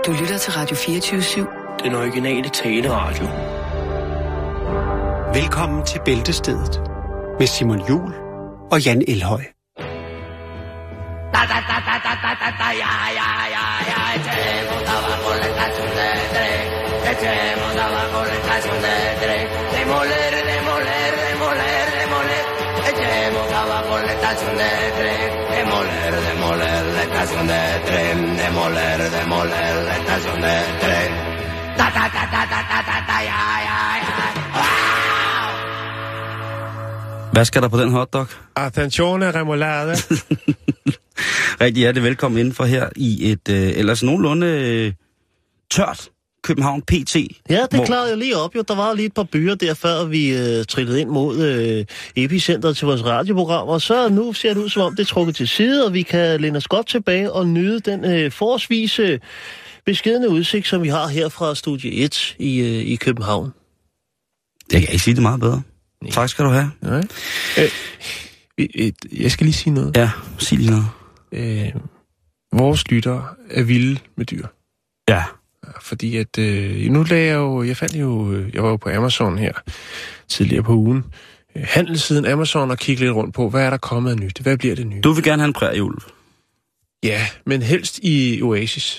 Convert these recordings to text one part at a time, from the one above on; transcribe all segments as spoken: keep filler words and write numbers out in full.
Du lytter til Radio fireogtyve syv. Den originale taleradio. Velkommen til Bæltestedet med Simon Juhl og Jan Elhøj. Hvad skal der på den hotdog? Attenzione remoulade. Rigtig hjertelig velkommen indenfor her i et øh, ellers nogenlunde øh, tørt København P T. Ja, det hvor... klarede jeg lige op. Jo, der var lige et par byer der, før vi øh, trillede ind mod øh, epicentret til vores radioprogram. Og så nu ser det ud, som om det er trukket til side, og vi kan læne os godt tilbage og nyde den øh, forholdsvise beskedne udsigt, som vi har her fra Studie et i, øh, i København. Jeg kan ikke sige det meget bedre. Nej. Tak skal du have. Nej. Øh, øh, jeg skal lige sige noget. Ja, sig lige noget. Øh, vores lyttere er vilde med dyr. Ja. Fordi at, øh, nu lagde jeg jo, jeg fandt jo, jeg var jo på Amazon her tidligere på ugen, øh, handelssiden Amazon og kiggede lidt rundt på, hvad er der kommet af nyt? Hvad bliver det nye? Du vil gerne have en prærieulv? Ja, men helst i Oasis.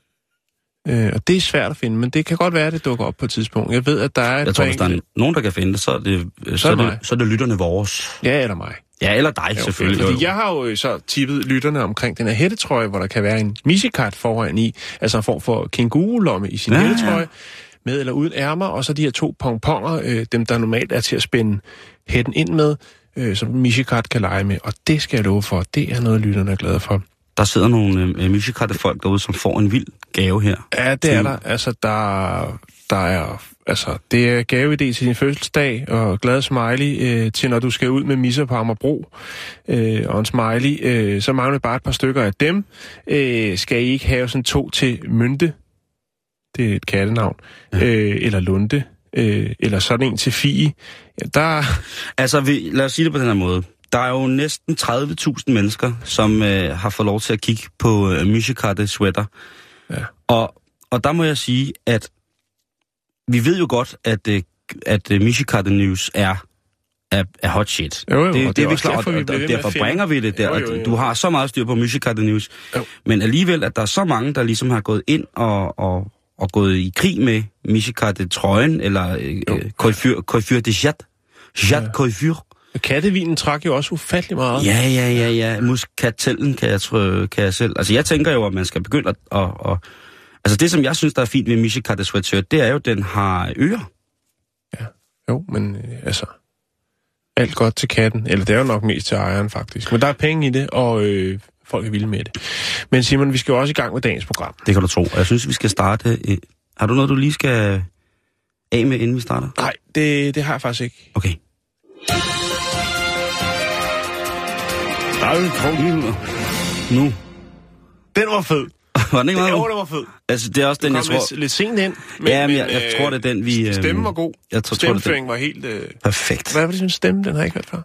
Øh, og det er svært at finde, men det kan godt være, at det dukker op på et tidspunkt. Jeg ved, at der er... Jeg tror, hvis der er nogen, der kan finde det, så er det, så så er det, så er det lytterne vores. Ja, eller mig. Ja, eller dig, ja, selvfølgelig. Fordi jeg har jo så tippet lytterne omkring den her hættetrøje, hvor der kan være en Misikat foran i, altså en form for kænguru-lomme i sin ja, hættetrøje, ja. Med eller uden ærmer, og så de her to pongponger, øh, dem der normalt er til at spænde hætten ind med, øh, som Misikat kan lege med. Og det skal jeg love for, det er noget, lytterne er glade for. Der sidder nogle øh, Misikat-folk derude, som får en vild gave her. Ja, det er der. Altså, der, der er... Altså, det er gaveidé til din fødselsdag, og glad smiley øh, til, når du skal ud med misser på Amagerbro, øh, og en smiley. Øh, så mangler bare et par stykker af dem. Øh, skal I ikke have sådan to til Mynte? Det er et kattenavn. Ja. Øh, eller Lunde. Øh, eller sådan en til Fie. Ja, der... Altså, vi, lad os sige det på den her måde. Der er jo næsten tredive tusind mennesker, som øh, har fået lov til at kigge på øh, Mishikatte-sweater. Ja. Og, og der må jeg sige, at vi ved jo godt, at, at Mishikatte News er, er, er hot shit. Jo, jo, det, det, det er vi klar, og, og derfor bringer vi det der. Jo, jo, jo. Du har så meget styr på Mishikatte News. Jo. Men alligevel, at der er så mange, der ligesom har gået ind og, og, og gået i krig med Mishikatte-trøjen, eller Coiffure de Jat. Jat Coiffure. Kattevinen trak jo også ufattelig meget. Ja, ja, ja, ja. Muskatellen kan jeg, tro, kan jeg selv. Altså, jeg tænker jo, at man skal begynde at... at, at altså, det, som jeg synes, der er fint ved Mishikatte sweatshirt, det er jo, at den har ører. Ja, jo, men altså... Alt godt til katten. Eller det er jo nok mest til ejeren, faktisk. Men der er penge i det, og øh, folk er vilde med det. Men Simon, vi skal jo også i gang med dagens program. Det kan du tro. Og jeg synes, vi skal starte... Øh, har du noget, du lige skal af med, inden vi starter? Nej, det, det har jeg faktisk ikke. Okay. Nu. Den var fed. Var den ikke meget? Jo, den var fed. Altså, det er også den, jeg tror... Lidt, lidt sent ind. Men, ja, men jeg, jeg tror, det er den, vi... Øh... Stemmen var god. Jeg tror, Stemmeføringen var helt... Øh... Perfekt. Hvad var det for en stemme, den har jeg ikke hørt før?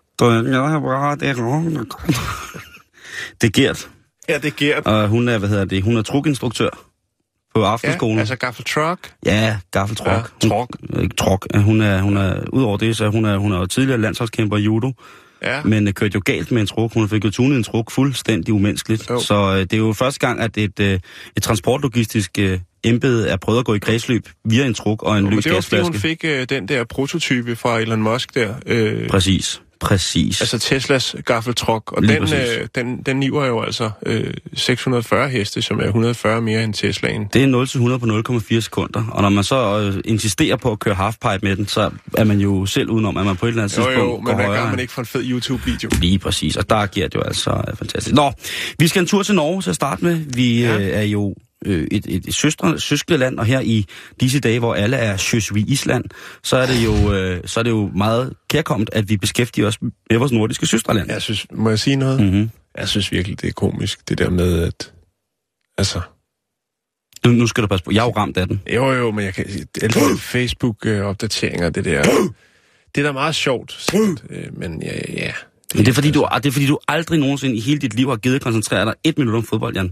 Det er Gert. Ja, det er Gert. Og hun er, hvad hedder det, hun er trukinstruktør på aftenskolen. Ja, altså gaffeltruck. Ja, gaffeltruck. Ja, truck. Ikke truck. Hun er, hun er, udover det, så hun er hun er tidligere landsholdskæmper i judo. Ja. Men uh, kørte jo galt med en truk. Hun fik jo tunet en truk fuldstændig umenneskeligt. Jo. Så uh, det er jo første gang, at et, uh, et transportlogistisk uh, embede er prøvet at gå i kredsløb via en truk og en løs gasflaske. Det var fordi, hun fik uh, den der prototype fra Elon Musk der. Uh, Præcis. Præcis. Altså Teslas gaffeltruck, og den, øh, den, den niver jo altså øh, seks hundrede og fyrre heste, som er et hundrede og fyrre mere end Teslaen. Det er nul til hundrede på nul komma fire sekunder, og når man så øh, insisterer på at køre halfpipe med den, så er man jo selv udenom, at man på et eller andet jo, tidspunkt jo, går højere. Jo, men hvad gør man ikke for en fed YouTube-video? Lige præcis, og der giver det jo altså øh, fantastisk. Nå, vi skal en tur til Norge til at starte med. Vi ja. øh, er jo øh, et, et, et søstre, søskende og her i disse dage, hvor alle er sjøsvi Island, så er det jo, øh, så er det jo meget kærkomment, at vi beskæftiger os med vores nordiske søsterland. Jeg synes, må jeg sige noget? Mm-hmm. Jeg synes virkelig, det er komisk, det der med, at... Altså... Nu, nu skal du passe på. Jeg er jo ramt af den. Jo, jo, men jeg kan... Alle Facebook-opdateringer, det der... Det er da meget sjovt, sådan, men ja, ja. Det, men det er, fordi du, det er fordi, du aldrig nogensinde i hele dit liv har givet at koncentrere dig et minut om fodbold, Jan.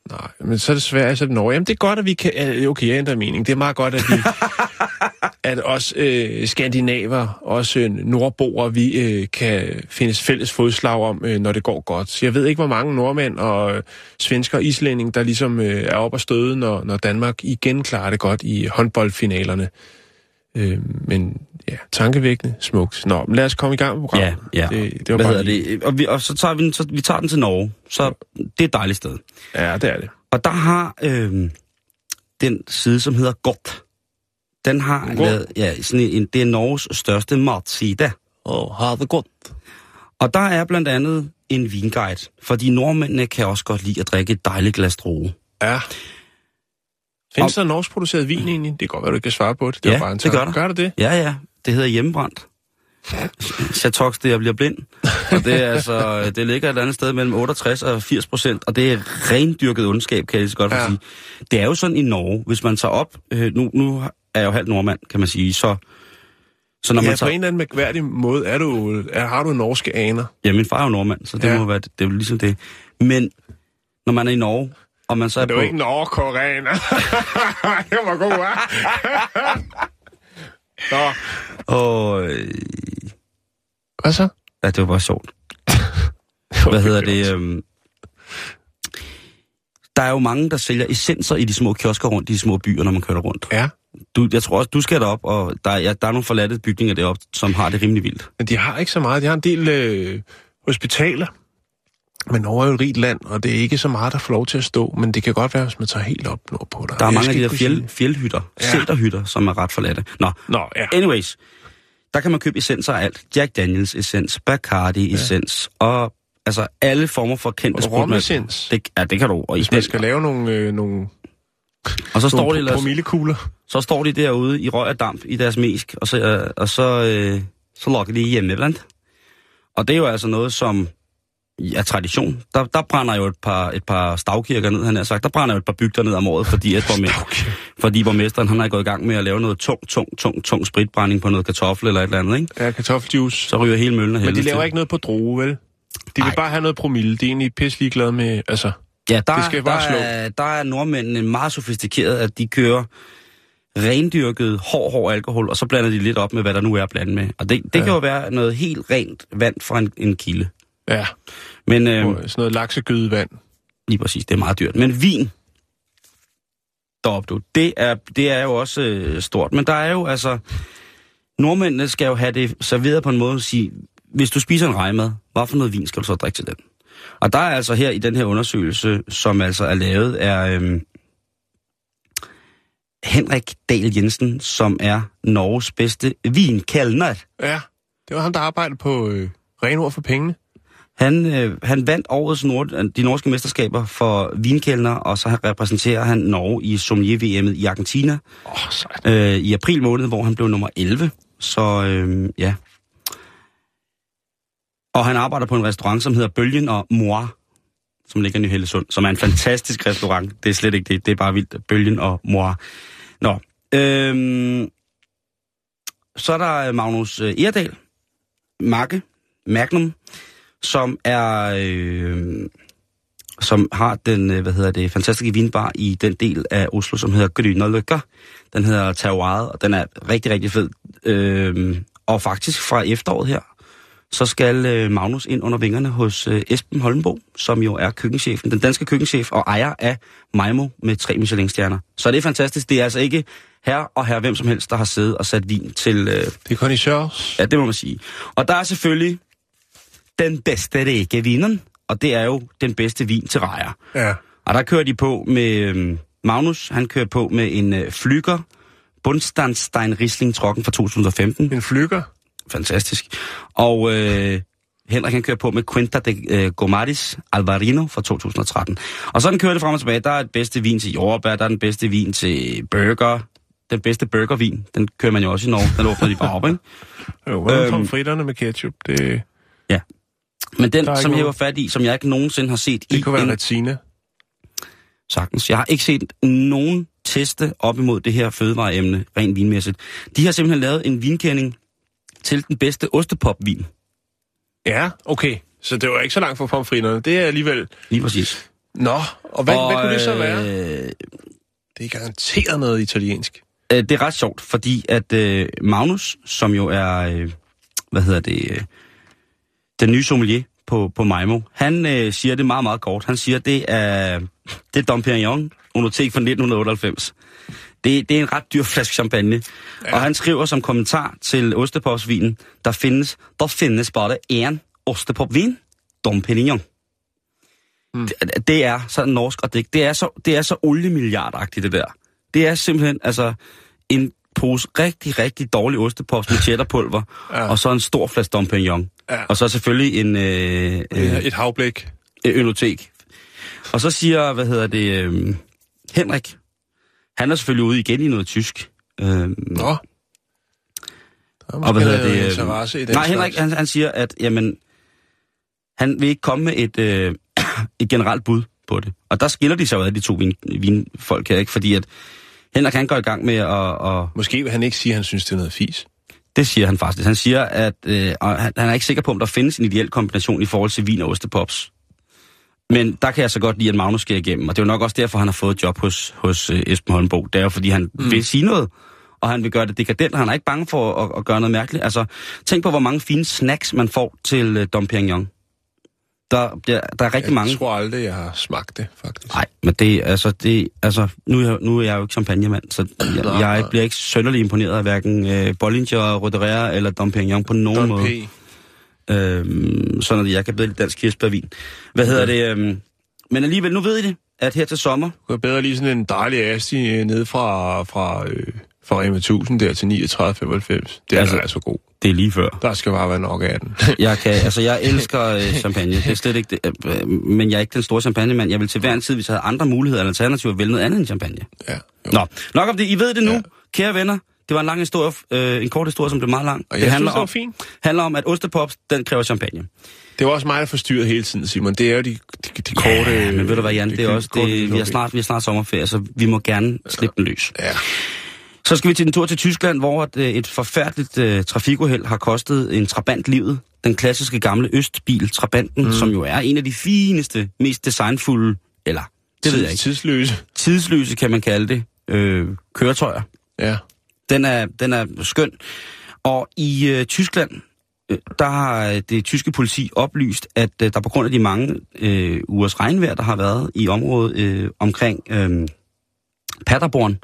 Nej, men så er det Sverige, så er det Norge. Jamen, det er godt, at vi kan... Okay, jeg ændrer mening. Det er meget godt, at vi... at også øh, skandinaver, også øh, nordboer, vi øh, kan findes fælles fodslag om, øh, når det går godt. Så jeg ved ikke, hvor mange nordmænd og øh, svensker og islænding, der ligesom øh, er oppe og støde, når, når Danmark igen klarer det godt i håndboldfinalerne. Øh, men ja, tankevækkende, smukt. Nå, men lad os komme i gang med programmet. Ja, ja. Det, det var Hvad bare hedder lige... det? Og, vi, og så tager vi, så, vi tager den til Norge. Så det er et dejligt sted. Ja, det er det. Og der har øh, den side, som hedder Godt. Den har God. lavet, ja, sådan en, det er Norges største matside. Åh, oh, har det godt. Og der er blandt andet en vinguide, fordi nordmændene kan også godt lide at drikke et dejligt glas droge. Ja. Findes der norsk produceret vin egentlig? Det kan godt være, du ikke kan svare på det. Det ja, er bare en det gør der. Gør det det? Ja, ja. Det hedder hjemmebrændt. Chateaux, det jeg bliver blind. Og det er altså, det ligger et andet sted mellem otteogtres og firs procent, og det er rendyrket ondskab, kan jeg så godt ja. sige. Det er jo sådan i Norge, hvis man tager op, øh, nu, nu er jeg jo halvt nordmand, kan man sige, så... så når ja, man tager, på en eller anden mærkværdig måde er du, er, har du norske aner. Ja, min far er jo nordmand, så det ja. må være, det er jo ligesom det. Men når man er i Norge, og man så er, er det på... jo ikke nordkoreaner. Det var god, hva'? Nå. Og... Øh... Hvad så? Ja, det var bare sjovt. Hvad hedder det? Øhm... Der er jo mange, der sælger essenser i de små kiosker rundt i de små byer, når man kører rundt. Ja. Du, jeg tror også, du skal derop, og der, ja, der er nogle forladte bygninger deroppe, som har det rimelig vildt. Men de har ikke så meget. De har en del øh, hospitaler. Men Norge er jo et rigt land, og det er ikke så meget, der får lov til at stå. Men det kan godt være, hvis man tager helt op nordpå der. Der er jeg mange af de der fjeld, fjeldhytter, ja. Sæterhytter, som er ret forladte. Nå, Nå ja. Anyways. Der kan man købe essenser af alt. Jack Daniels essens, Bacardi ja. essens, og altså alle former for kendte sprutmælk. Romessens. Det, ja, det kan du. Og hvis man skal lave nogle... Øh, nogle og så står, de, promillekugler. så står de derude i røg og damp i deres mesk, og så, og så, øh, så lokker de hjemme blandt. Og det er jo altså noget, som er tradition. Der, der brænder jo et par, et par stavkirker ned, han har sagt. Der brænder jo et par bygder ned om året, fordi, at borgmester, fordi borgmesteren han er gået i gang med at lave noget tung, tung, tung, tung spritbrænding på noget kartoffel eller et eller andet, ikke? Ja, kartoffeljuice. Så ryger hele møllen af helvede. Men de laver til. ikke noget på droge, vel? De vil Ej. bare have noget promille. De er egentlig pisse ligeglade med, altså... Ja, der, det skal der, bare slå. Er, der er nordmændene meget sofistikeret, at de kører rendyrket, hård, hård alkohol, og så blander de lidt op med, hvad der nu er at blande med. Og det, det ja. kan jo være noget helt rent vand fra en, en kilde. Ja, men, øhm, sådan noget laksegødevand. Lige præcis, det er meget dyrt. Men vin, deroppe du, det er, det er jo også øh, stort. Men der er jo altså, nordmændene skal jo have det serveret på en måde at sige, hvis du spiser en rejemad, hvad for noget vin skal du så drikke til den? Og der er altså her i den her undersøgelse, som altså er lavet, er øhm, Henrik Dahl Jensen, som er Norges bedste vinkelner. Ja, det var ham, der arbejdede på øh, Renord for pengene. Han, øh, han vandt årets nord, de norske mesterskaber for vinkelner, og så repræsenterer han Norge i sommelier-V M'et i Argentina oh, øh, i april måned, hvor han blev nummer elleve. Så øh, ja... Og han arbejder på en restaurant, som hedder Bølgen og Moir, som ligger i Ny Hellesund, som er en fantastisk restaurant. Det er slet ikke det, det er bare vildt. Bølgen og Moir. Nå. Øhm, så er der Magnus Erdal, Marke, Magnum, som er, øh, som har den, hvad hedder det, fantastiske vinbar i den del af Oslo, som hedder Grünerløkka. Den hedder Terroiret, og den er rigtig, rigtig fed. Øh, og faktisk fra efteråret her, så skal øh, Magnus ind under vingerne hos øh, Esben Holmbo, som jo er køkkenchefen, den danske køkkenchef og ejer af Maimo med tre Michelin-stjerner. Så det er fantastisk. Det er altså ikke herre og herre hvem som helst, der har siddet og sat vin til... Øh, det er connoisseurs. Ja, det må man sige. Og der er selvfølgelig den bedste rækkevinen, og det er jo den bedste vin til rejer. Ja. Og der kører de på med... Øh, Magnus, han kører på med en øh, Flügger Bundsandstein Riesling Trocken fra to tusind og femten. En Flügger? Fantastisk. Og øh, Henrik han kører på med Quinta de øh, Gomaris Alvarino fra to tusind og tretten. Og sådan kører det frem og tilbage. Der er den bedste vin til jordbær, der er den bedste vin til burger. Den bedste burgervin, den kører man jo også i Norge. Den åbner de bare op, ikke? Jo, hvad øhm, pomfritterne med ketchup? Det... Ja. Men den, som jeg var fat i, som jeg ikke nogensinde har set det i... Det kunne være en... Retina. Sagtens. Jeg har ikke set nogen teste op imod det her fødevareemne, rent vinmæssigt. De har simpelthen lavet en vinkending til den bedste ostepopvin. Ja, okay. Så det var ikke så langt fra pomfritterne. Det er alligevel... Lige præcis. Nå, og hvad, og, hvad kunne det så være? Øh, det er garanteret noget italiensk. Øh, det er ret sjovt, fordi at øh, Magnus, som jo er, øh, hvad hedder det, øh, den nye sommelier på, på Maimo, han øh, siger det meget, meget kort. Han siger, det er, det er Dom Perignon, Onotek fra nitten otteoghalvfems. Det, det er en ret dyr flaske champagne. Ja. Og han skriver som kommentar til ostepopsvinen, der findes, der findes bare en ostepopvin, Dom Perignon. Hmm. Det, det er så norsk, og det, det er så, det er så oliemilliardagtigt, det der. Det er simpelthen altså en pose rigtig, rigtig dårlig ostepops med cheddarpulver, ja. Og så en stor flaske Dom Perignon. Ja. Og så selvfølgelig en... Øh, øh, Et havblik. Et ønotek. Og så siger, hvad hedder det, øh, Henrik, han er selvfølgelig ude igen i noget tysk. Øh, Nå. Og hvad hedder det? Interesse i den nej, Henrik, han, han siger, at jamen, han vil ikke komme med et, øh, et generelt bud på det. Og der skiller de sig jo af de to vin, vinfolk her, ikke? Fordi at Henrik, han går i gang med at... Og måske vil han ikke sige, at han synes, det er noget fis. Det siger han faktisk. Han siger, at øh, han, han er ikke sikker på, om der findes en ideel kombination i forhold til vin og ostepops. Men der kan jeg så godt lide, at Magnus sker igennem. Og det er jo nok også derfor, han har fået job hos, hos øh, Esben Holmbo. Det er jo, fordi han mm. vil sige noget, og han vil gøre det dekadent, og han er ikke bange for at, at gøre noget mærkeligt. Altså, tænk på, hvor mange fine snacks man får til øh, Dom Perignon. Der, der, der er rigtig jeg mange... Jeg tror aldrig, jeg har smagt det, faktisk. Nej, men det, altså, det, altså nu, er jeg, nu er jeg jo ikke champagnemand, så jeg, nej, jeg nej. bliver ikke sønderlig imponeret af hverken øh, Bollinger, Roederer eller Dom Perignon på nogen Don måde. Øhm, sådan at jeg kan bedre lidt dansk kirsebærvin. Hvad hedder det? Øhm, men alligevel, nu ved I det, at her til sommer... Du kan bedre lige sådan en dejlig asti ned fra, fra, øh, fra Rema tusind der til niogtredive femoghalvfems. Det er altså, altså god. Det er lige før. Der skal bare være nok af den. jeg kan, altså jeg elsker øh, champagne. Det er slet ikke det, øh, men jeg er ikke den store champagnemand. Jeg vil til hver en tid, hvis jeg havde andre muligheder eller alternativer, vælge noget andet end champagne. Ja. Jo. Nå, nok om det. I ved det nu, ja. Kære venner. Det var en lang historie, øh, en kort historie, som blev meget lang. Og det handler synes, om, det fint. handler om, at ostepops, den kræver champagne. Det var også mig, der forstyrrede hele tiden, Simon. Det er jo de, de, de korte... Ja, men ved du hvad, Jan, det, det er også... Det, vi, er snart, vi er snart sommerferie, så vi må gerne slippe den løs. Ja. Så skal vi til en tur til Tyskland, hvor et, et forfærdeligt uh, trafikuheld har kostet en Trabant livet. Den klassiske gamle Østbil, Trabanten, mm. som jo er en af de fineste, mest designfulde, eller det Tids, ved jeg ikke. Tidsløse. Tidsløse, kan man kalde det, øh, køretøjer. Ja. Den er, den er skøn. Og i øh, Tyskland, øh, der har det tyske politi oplyst, at øh, der på grund af de mange øh, ugers regnvejr, der har været i området øh, omkring øh, Paderborn,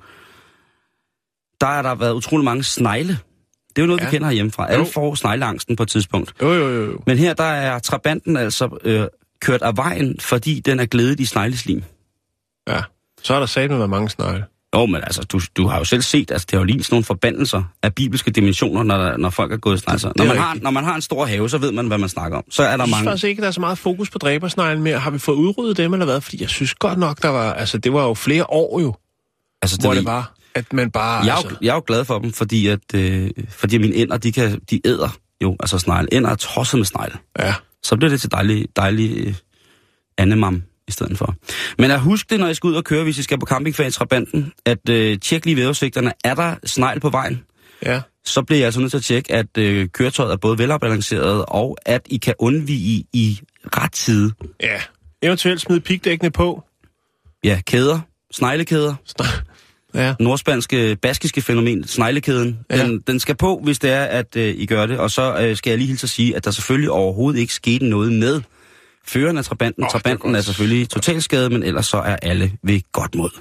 der har der været utrolig mange snegle. Det er jo noget, ja. vi kender herhjemmefra. Alle får snegleangsten på et tidspunkt. Jo, jo, jo. jo. Men her, der er Trabanten altså øh, kørt af vejen, fordi den er glædet i snegleslim. Ja, så har der sagt noget mange snegle. Jo, men altså, du, du har jo selv set, altså, det har jo lige sådan nogle forbandelser af bibelske dimensioner, når, når folk er gået i snegler. Når man, har, når man har en stor have, så ved man, hvad man snakker om. Så er der mange... Jeg synes faktisk ikke, der er så meget fokus på dræbersneglen mere. Har vi fået udryddet dem, eller hvad? Fordi jeg synes godt nok, der var... Altså, det var jo flere år jo, altså, det hvor det var, at man bare... Jeg er, altså... jo, jeg er jo glad for dem, fordi at, øh, fordi mine ænder, de, kan, de æder jo, altså snegle. Ænder er tosset med snegle. Ja. Så bliver det til dejlig, dejlig øh, andemam i stedet for. Men at husk det, når I skal ud og køre, hvis I skal på campingferie i Trabanten, at øh, tjek lige vejrudsigterne. Er der snegl på vejen? Ja. Så bliver jeg altså nødt til at tjekke, at øh, køretøjet er både velafbalanceret, og at I kan undvige i ret side. Ja. Eventuelt smide pigdækkene på. Ja, kæder. Sneglekæder. Sne- ja. Nordspanske, baskiske fænomen, sneglekæden. Ja. Den, den skal på, hvis det er, at øh, I gør det. Og så øh, skal jeg lige hilse at sige, at der selvfølgelig overhovedet ikke skete noget med føreren af Trabanten. Oh, Trabanten er, er selvfølgelig totalskadet, men ellers så er alle ved godt mod.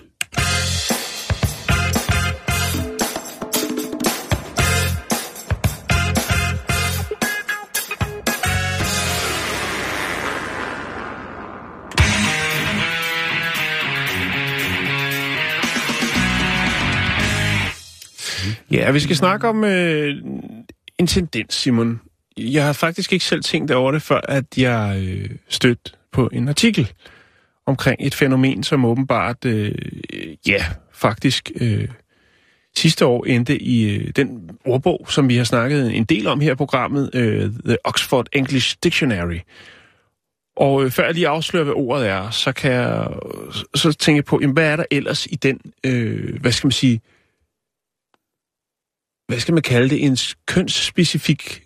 Ja, vi skal snakke om øh, en tendens, Simon. Jeg har faktisk ikke selv tænkt over det, før at jeg øh, stødte på en artikel omkring et fænomen, som åbenbart, øh, ja, faktisk øh, sidste år endte i øh, den ordbog, som vi har snakket en del om her i programmet, øh, The Oxford English Dictionary. Og øh, før jeg lige afslører, hvad ordet er, så kan jeg så tænke på, jamen, hvad er der ellers i den, øh, hvad skal man sige, hvad skal man kalde det, en kønsspecifik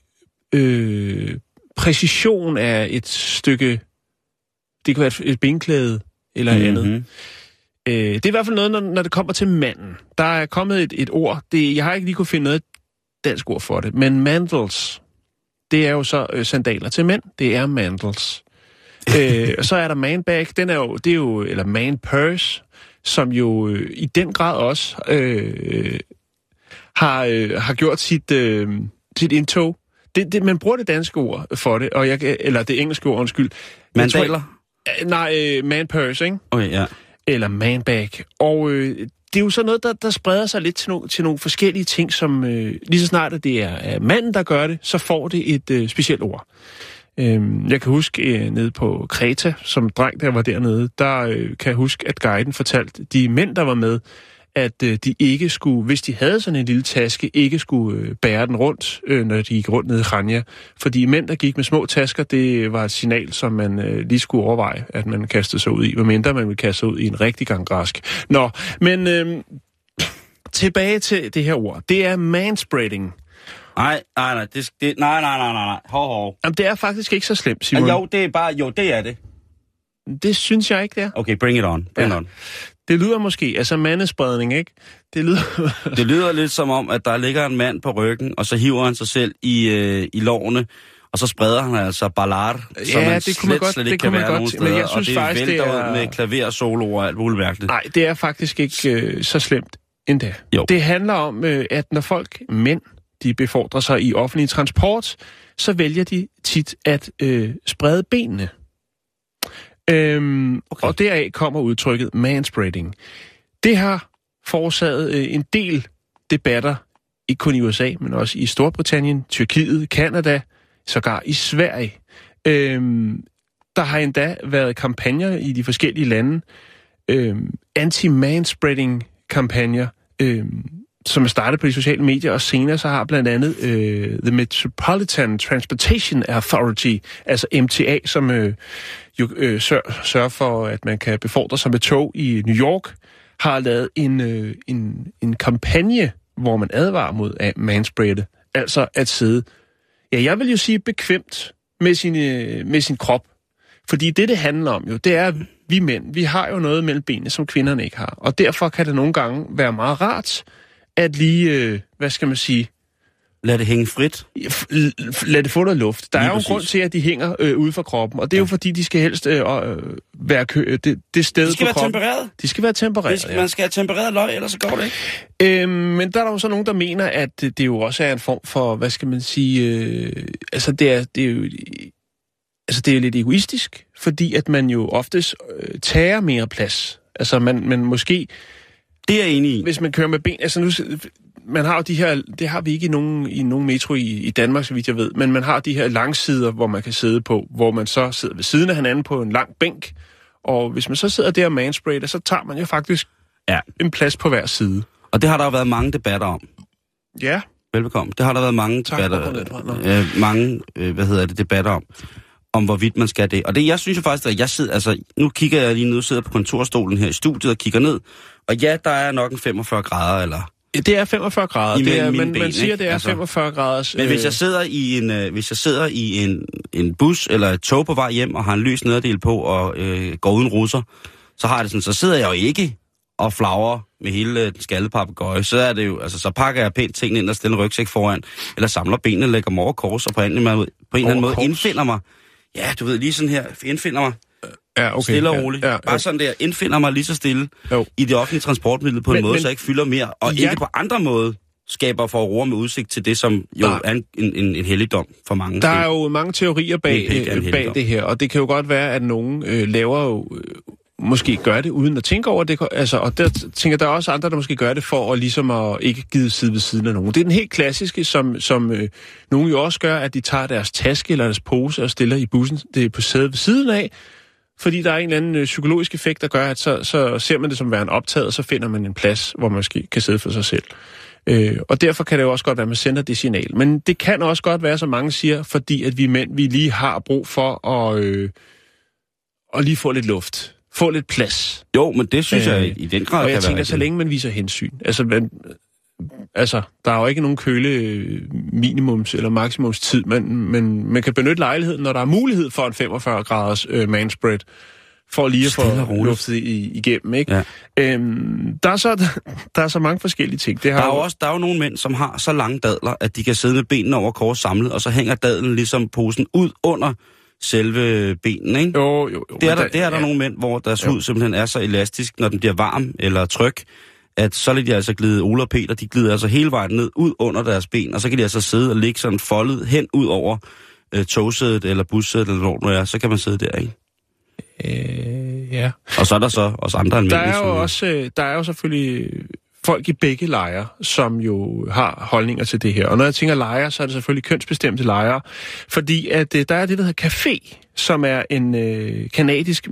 øh, præcision af et stykke, det kan være et benklæde, eller mm-hmm. andet. Øh, det er i hvert fald noget, når, når det kommer til manden. Der er kommet et, et ord, det, jeg har ikke lige kunne finde noget dansk ord for det, men mantles, det er jo så øh, sandaler til mænd, det er mantles. øh, og så er der manbag, den er jo, det er jo, eller man purse, som jo øh, i den grad også øh, har, øh, har gjort sit, øh, sit indtog. Det, det, man bruger det danske ord for det, og jeg, eller det engelske ord, undskyld. Mandaler? Tror, nej, øh, man purse, ikke? Okay, ja. Eller manbag. Og øh, det er jo sådan noget, der, der spreder sig lidt til, no, til nogle forskellige ting, som øh, lige så snart, at det er, er manden, der gør det, så får det et øh, specielt ord. Øhm, jeg kan huske øh, nede på Kreta, som dreng, der var dernede, der øh, kan jeg huske, at guiden fortalte de mænd, der var med, at øh, de ikke skulle, hvis de havde sådan en lille taske, ikke skulle øh, bære den rundt, øh, når de gik rundt nede i Rania. Fordi mænd, der gik med små tasker, det var et signal, som man øh, lige skulle overveje, at man kastede sig ud i, medmindre man ville kaste sig ud i en rigtig gang græsk. Nå, men øh, tilbage til det her ord. Det er manspreading. Nej, nej, nej, det, det, nej, nej, nej, nej, hov, hov. Jamen, det er faktisk ikke så slemt, Simon. Jo, det er bare, jo, det er det. Det synes jeg ikke, det er. Okay, bring it on, bring ja. it on. Det lyder måske, altså mandespredning, ikke? Det lyder... det lyder lidt som om, at der ligger en mand på ryggen, og så hiver han sig selv i, øh, i lårene, og så spreder han altså ballard, ja, som man det slet, kunne man godt, slet det ikke kan være godt, nogen steder. Men jeg synes og det faktisk, vælter det er... ud med klaver, solo og alt muligt mærkeligt. Nej, det er faktisk ikke øh, så slemt endda. Jo. Det handler om, øh, at når folk, mænd, de befordrer sig i offentlig transport, så vælger de tit at øh, sprede benene. Øhm, okay. Og deraf kommer udtrykket manspreading. Det har forårsaget øh, en del debatter, ikke kun i U S A, men også i Storbritannien, Tyrkiet, Kanada, sågar i Sverige. Øhm, der har endda været kampagner i de forskellige lande, øhm, anti-manspreading-kampagner, øhm, som er startet på de sociale medier, og senere så har blandt andet øh, The Metropolitan Transportation Authority, altså M T A, som øh, jo øh, sørger sør for, at man kan befordre sig med tog i New York, har lavet en, øh, en, en kampagne, hvor man advarer mod at manspreade, altså at sidde, ja, jeg vil jo sige bekvemt med sin, øh, med sin krop. Fordi det, det handler om jo, det er, at vi mænd, vi har jo noget mellem benene, som kvinderne ikke har. Og derfor kan det nogle gange være meget rart, at lige, øh, hvad skal man sige... Lad det hænge frit. Lad det få noget luft. Der lige er jo præcis. en grund til, at de hænger øh, ude for kroppen, og det er ja. jo fordi, de skal helst øh, øh, være kø, det, det sted de skal på være kroppen. tempereret. De skal være tempereret, skal, ja. Man skal have tempereret løg, ellers så går det ikke. Øhm, men der er der jo så nogen, der mener, at det jo også er en form for, hvad skal man sige... Øh, altså, det er, det er jo... Altså, det er lidt egoistisk, fordi at man jo oftest øh, tager mere plads. Altså, man, man måske... Det er jeg enig i. Hvis man kører med ben... Altså, nu... Man har jo de her... Det har vi ikke i nogen, i nogen metro i, i Danmark, så vidt jeg ved. Men man har de her langsider, hvor man kan sidde på, hvor man så sidder ved siden af hinanden på en lang bænk. Og hvis man så sidder der og manspreader, så tager man jo faktisk ja. en plads på hver side. Og det har der jo været mange debatter om. Ja. Velbekomme. Det har der været mange tak, debatter, øh, mange, øh, hvad hedder det, debatter om, om hvorvidt man skal det. Og det, jeg synes jo faktisk, at jeg sidder, altså, nu kigger jeg lige ned, sidder på kontorstolen her i studiet og kigger ned, og ja, der er nok en femogfyrre grader, eller... Ja, det er femogfyrre grader. Det er, man, ben, man siger, det er altså, femogfyrre graders... Men øh... hvis jeg sidder i en, øh, hvis jeg sidder i en, en bus eller et tog på vej hjem, og har en lys nederdel på, og øh, går uden russer, så har jeg det sådan, så sidder jeg jo ikke og flagrer med hele den skaldede papegøje. Så er det jo, altså, så pakker jeg pænt tingene ind og stiller en rygsæk foran, eller samler benene, lægger dem over kors, og på en, på en eller anden måde indfinder mig. Ja, du ved, lige sådan her, indfinder mig. Ja, okay. Stille og roligt. Ja, ja, Bare sådan der, indfinder mig lige så stille jo. i det offentlige transportmiddel på en men, måde, men, så jeg ikke fylder mere, og ja. ikke på andre måder skaber for roer med udsigt til det, som jo der, er en, en, en helligdom for mange. Der er jo mange teorier bag, det bag det her, og det kan jo godt være, at nogen øh, laver jo... Øh, måske gør det uden at tænke over det, altså, og der tænker der er også andre, der måske gør det for at ligesom at ikke give side ved siden af nogen. Det er den helt klassiske, som, som øh, nogen jo også gør, at de tager deres taske eller deres pose og stiller i bussen det er på sædet ved siden af, fordi der er en eller anden øh, psykologisk effekt, der gør, at så, så ser man det som værende optaget, og så finder man en plads, hvor man måske kan sidde for sig selv. Øh, og derfor kan det jo også godt være, at man sender det signal. Men det kan også godt være, som mange siger, fordi at vi mænd, vi lige har brug for at, øh, at lige få lidt luft. Få lidt plads. Jo, men det synes øh, jeg i den grad og kan jeg tænker, være så længe man viser hensyn. Altså, man, altså, der er jo ikke nogen køle minimums- eller maksimumstid, men, men man kan benytte lejligheden, når der er mulighed for en femogfyrre graders øh, manspread. for lige at få luftet igennem, ikke? Ja. Øhm, der, er så, der, der er så mange forskellige ting. Det har der, er jo jo også, der er jo nogle mænd, som har så lange dadler, at de kan sidde med benene over kors samlet, og så hænger dadlen ligesom posen ud under selve benen, ikke? Jo, jo, jo. Det er der, der, det er der ja. nogle mænd, hvor deres hud simpelthen er så elastisk, når den bliver varm eller tryg, at så lader de altså glide, Ole og Peter, de glider altså hele vejen ned, ud under deres ben, og så kan de altså sidde og ligge sådan foldet hen ud over øh, togsædet eller bussædet, eller hvor det er, så kan man sidde der, ikke? Øh, ja. Og så er der så også andre end der er jo også, der er jo selvfølgelig folk i begge lejre, som jo har holdninger til det her. Og når jeg tænker lejre, så er det selvfølgelig kønsbestemte lejre, fordi at der er det, der hedder Café, som er en øh, kanadisk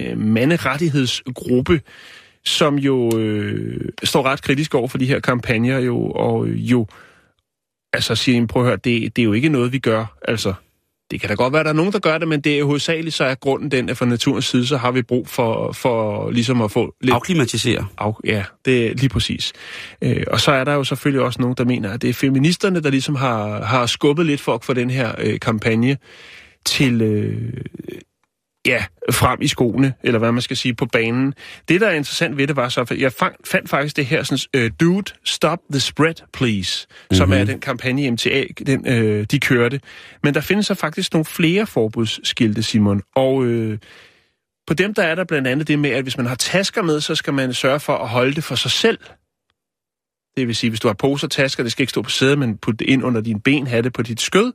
manderettighedsgruppe, som jo øh, står ret kritisk over for de her kampagner jo, og jo altså siger, prøv at høre, det, det er jo ikke noget, vi gør, altså. Det kan da godt være, at der er nogen, der gør det, men det er hovedsageligt, så er grunden den, at fra naturens side, så har vi brug for, for ligesom at få lidt... Afklimatisere. Af, ja, det er lige præcis. Øh, og så er der jo selvfølgelig også nogen, der mener, at det er feministerne, der ligesom har, har skubbet lidt for at få den her øh, kampagne til... Øh, ja, frem i skoene, eller hvad man skal sige, på banen. Det, der er interessant ved det, var så, at jeg fandt faktisk det her, sådan, uh, Dude, Stop the Spread, Please, mm-hmm. som er den kampagne M T A, den, øh, de kørte. Men der findes så faktisk nogle flere forbudsskilte, Simon, og øh, på dem, der er der blandt andet det med, at hvis man har tasker med, så skal man sørge for at holde det for sig selv. Det vil sige, hvis du har poser og tasker, det skal ikke stå på sædet, men putte det ind under dine ben, have det på dit skød.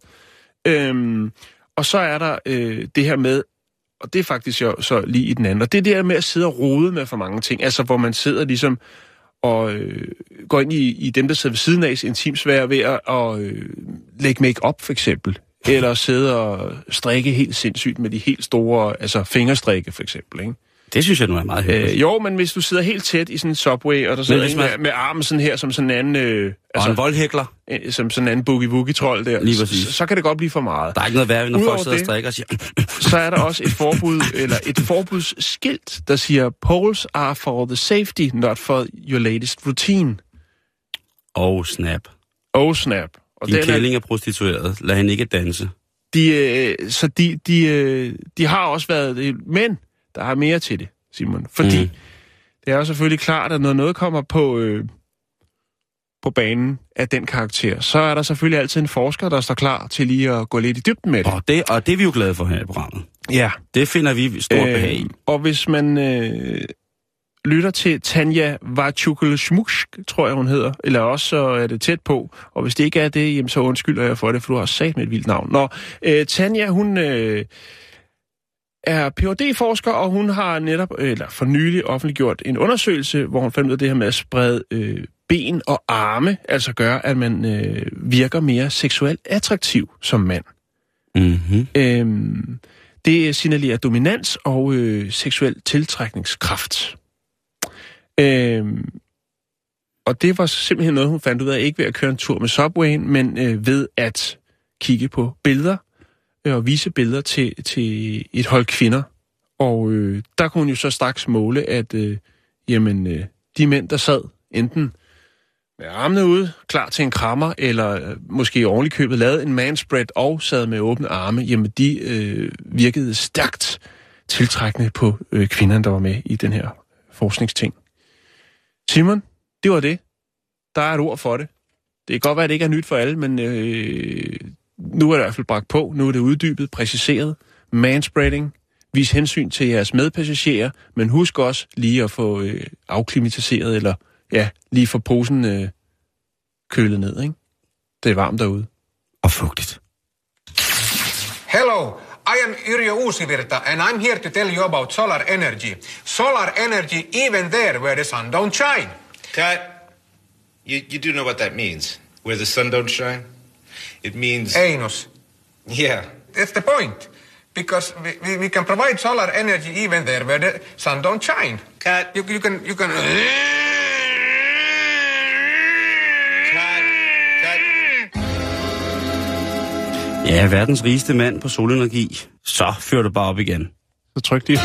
Øhm, og så er der øh, det her med, og det er faktisk jo så lige i den anden. Og det er det her med at sidde og rode med for mange ting. Altså, hvor man sidder ligesom og øh, går ind i, i dem, der sidder ved siden af intimsfære ved at og, øh, lægge make-up, for eksempel. Eller sidde og strikke helt sindssygt med de helt store, altså fingerstrikke, for eksempel, ikke? Det synes jeg nu er meget hyggeligt. Øh, jo, men hvis du sidder helt tæt i sådan en subway, og der sidder en med, med armen sådan her, som sådan en anden... Øh, altså, og en voldhækler. Øh, som sådan en anden boogie-woogie-trold der. Lige præcis. Så, så kan det godt blive for meget. Der er ikke noget værre, når Udover folk sidder det, og strikker og siger... så er der også et forbud, eller et forbudsskilt, der siger, Poles are for the safety, not for your latest routine. Oh, snap. Oh, snap. Og Din kælling er prostitueret. Lad hende ikke danse. De, øh, så de, de, øh, de har også været... Men... Der er mere til det, Simon. Fordi mm. det er jo selvfølgelig klart, at når noget kommer på, øh, på banen af den karakter, så er der selvfølgelig altid en forsker, der står klar til lige at gå lidt i dybden med det. Og det, og det er vi jo glade for her i programmet. Ja. Det finder vi stort øh, behag i. Og hvis man øh, lytter til Tanja Vachukel-Schmuck, tror jeg, hun hedder, eller også så er det tæt på, og hvis det ikke er det, jamen, så undskylder jeg for det, for du har sagt med et vildt navn. Nå, øh, Tanja, hun... Øh, er P H D-forsker, og hun har netop, eller for nylig offentliggjort en undersøgelse, hvor hun fandt ud af det her med at sprede øh, ben og arme, altså gør, at man øh, virker mere seksuelt attraktiv som mand. Mm-hmm. Øhm, det signalerer dominans og øh, seksuel tiltrækningskraft. Øhm, og det var simpelthen noget, hun fandt ud af, ikke ved at køre en tur med Subwayen, men øh, ved at kigge på billeder, og vise billeder til, til et hold kvinder. Og øh, der kunne hun jo så straks måle, at øh, jamen, øh, de mænd, der sad enten med armene ude, klar til en krammer, eller øh, måske ordentligt købet lavet en manspread og sad med åbne arme, jamen de øh, virkede stærkt tiltrækkende på øh, kvinderne, der var med i den her forskningsting. Simon, det var det. Der er et ord for det. Det kan godt være, at det ikke er nyt for alle, men... Øh, nu er det i hvert fald bragt på, nu er det uddybet, præciseret, manspreading, vis hensyn til jeres medpassagerer, men husk også lige at få øh, afklimatiseret, eller ja, lige få posen øh, kølet ned, ikke? Det er varmt derude. Og fugtigt. Hello, I am Yrjö Uusivirta, and I'm here to tell you about solar energy. Solar energy even there where the sun don't shine. Cut. You, you do know what that means, where the sun don't shine? It means... Anus. Yeah. That's the point. Because we, we, we can provide solar energy even there where the sun don't shine. Cut. You, you can... You can... Cut. Cut. Ja, verdens rigeste mand på solenergi. Så fyrer det bare op igen. Så tryk de.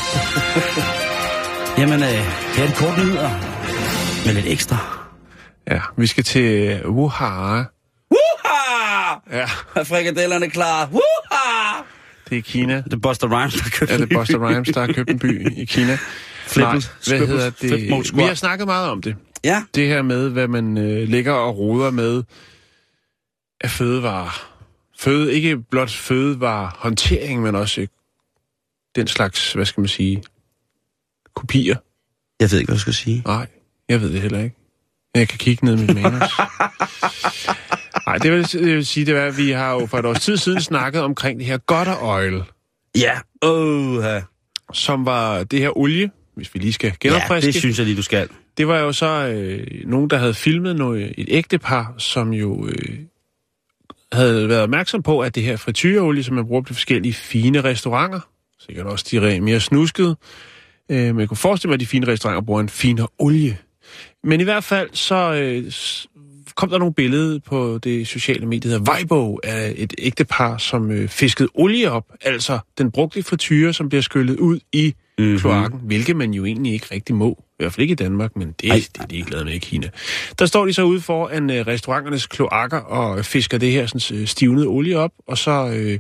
Jamen, øh, her er det kort nyheder. Med lidt ekstra. Ja, vi skal til Wuhan. Wuha! Ja. Er frikadellerne klar? Wuha! Det er Kina. Det er Buster Rhymes, der har købt Ja, en det er Buster Rhymes, der har købt en by i Kina. Flip, Nej, flip, hvad hedder flip, flip, det? Vi har snakket meget om det. Ja. Det her med, hvad man øh, lægger og roder med af fødevarer. Føde, ikke blot fødevarehåndtering, men også øh, den slags, hvad skal man sige, kopier. Jeg ved ikke, hvad jeg skal sige. Nej, jeg ved det heller ikke. Jeg kan kigge ned i mit manus. Nej, det vil, det vil sige, det er, at vi har jo for et års tid siden snakket omkring det her gutter oil. Ja, åh, ja. Som var det her olie, hvis vi lige skal genopfriske. Ja, det synes jeg lige, du skal. Det var jo så øh, nogen, der havde filmet noget, et ægtepar, som jo øh, havde været opmærksom på, at det her frityreolie, som man bruger på forskellige fine restauranter, sikkert også de mere snuskede, øh, men jeg kunne forestille mig, at de fine restauranter bruger en finere olie. Men i hvert fald så øh, kom der nogle billeder på det sociale medie, der hedder Weibo, af et ægtepar, som øh, fiskede olie op, altså den brugte frityre, som bliver skyllet ud i mm-hmm. kloakken, hvilket man jo egentlig ikke rigtig må. I hvert fald ikke i Danmark, men det, det er de ikke glade med i Kina. Der står de så ude foran øh, restauranternes kloakker og fisker det her sådan, øh, stivnede olie op, og så, øh,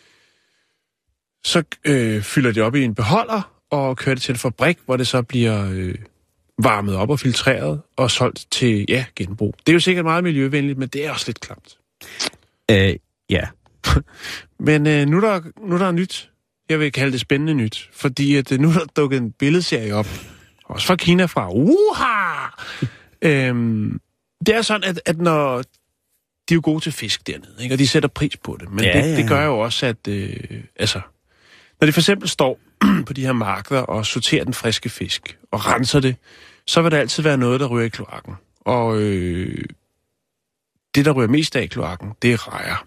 så øh, fylder det op i en beholder og kører det til en fabrik, hvor det så bliver øh, varmet op og filtreret og solgt til ja, genbrug. Det er jo sikkert meget miljøvenligt, men det er også lidt klamt. Øh, ja. Men øh, nu, er der, nu er der nyt. Jeg vil kalde det spændende nyt, fordi at, øh, nu er der dukket en billedserie op. Også fra Kina fra. Uha! øhm, det er sådan, at, at når... De er jo gode til fisk dernede, ikke? Og de sætter pris på det. Men ja, det, ja. det gør jo også, at... Øh, altså, når de for eksempel står på de her markeder og sorterer den friske fisk og renser det, så vil der altid være noget, der ryger i kloakken. Og øh, det, der ryger mest af i kloakken, det er rejer.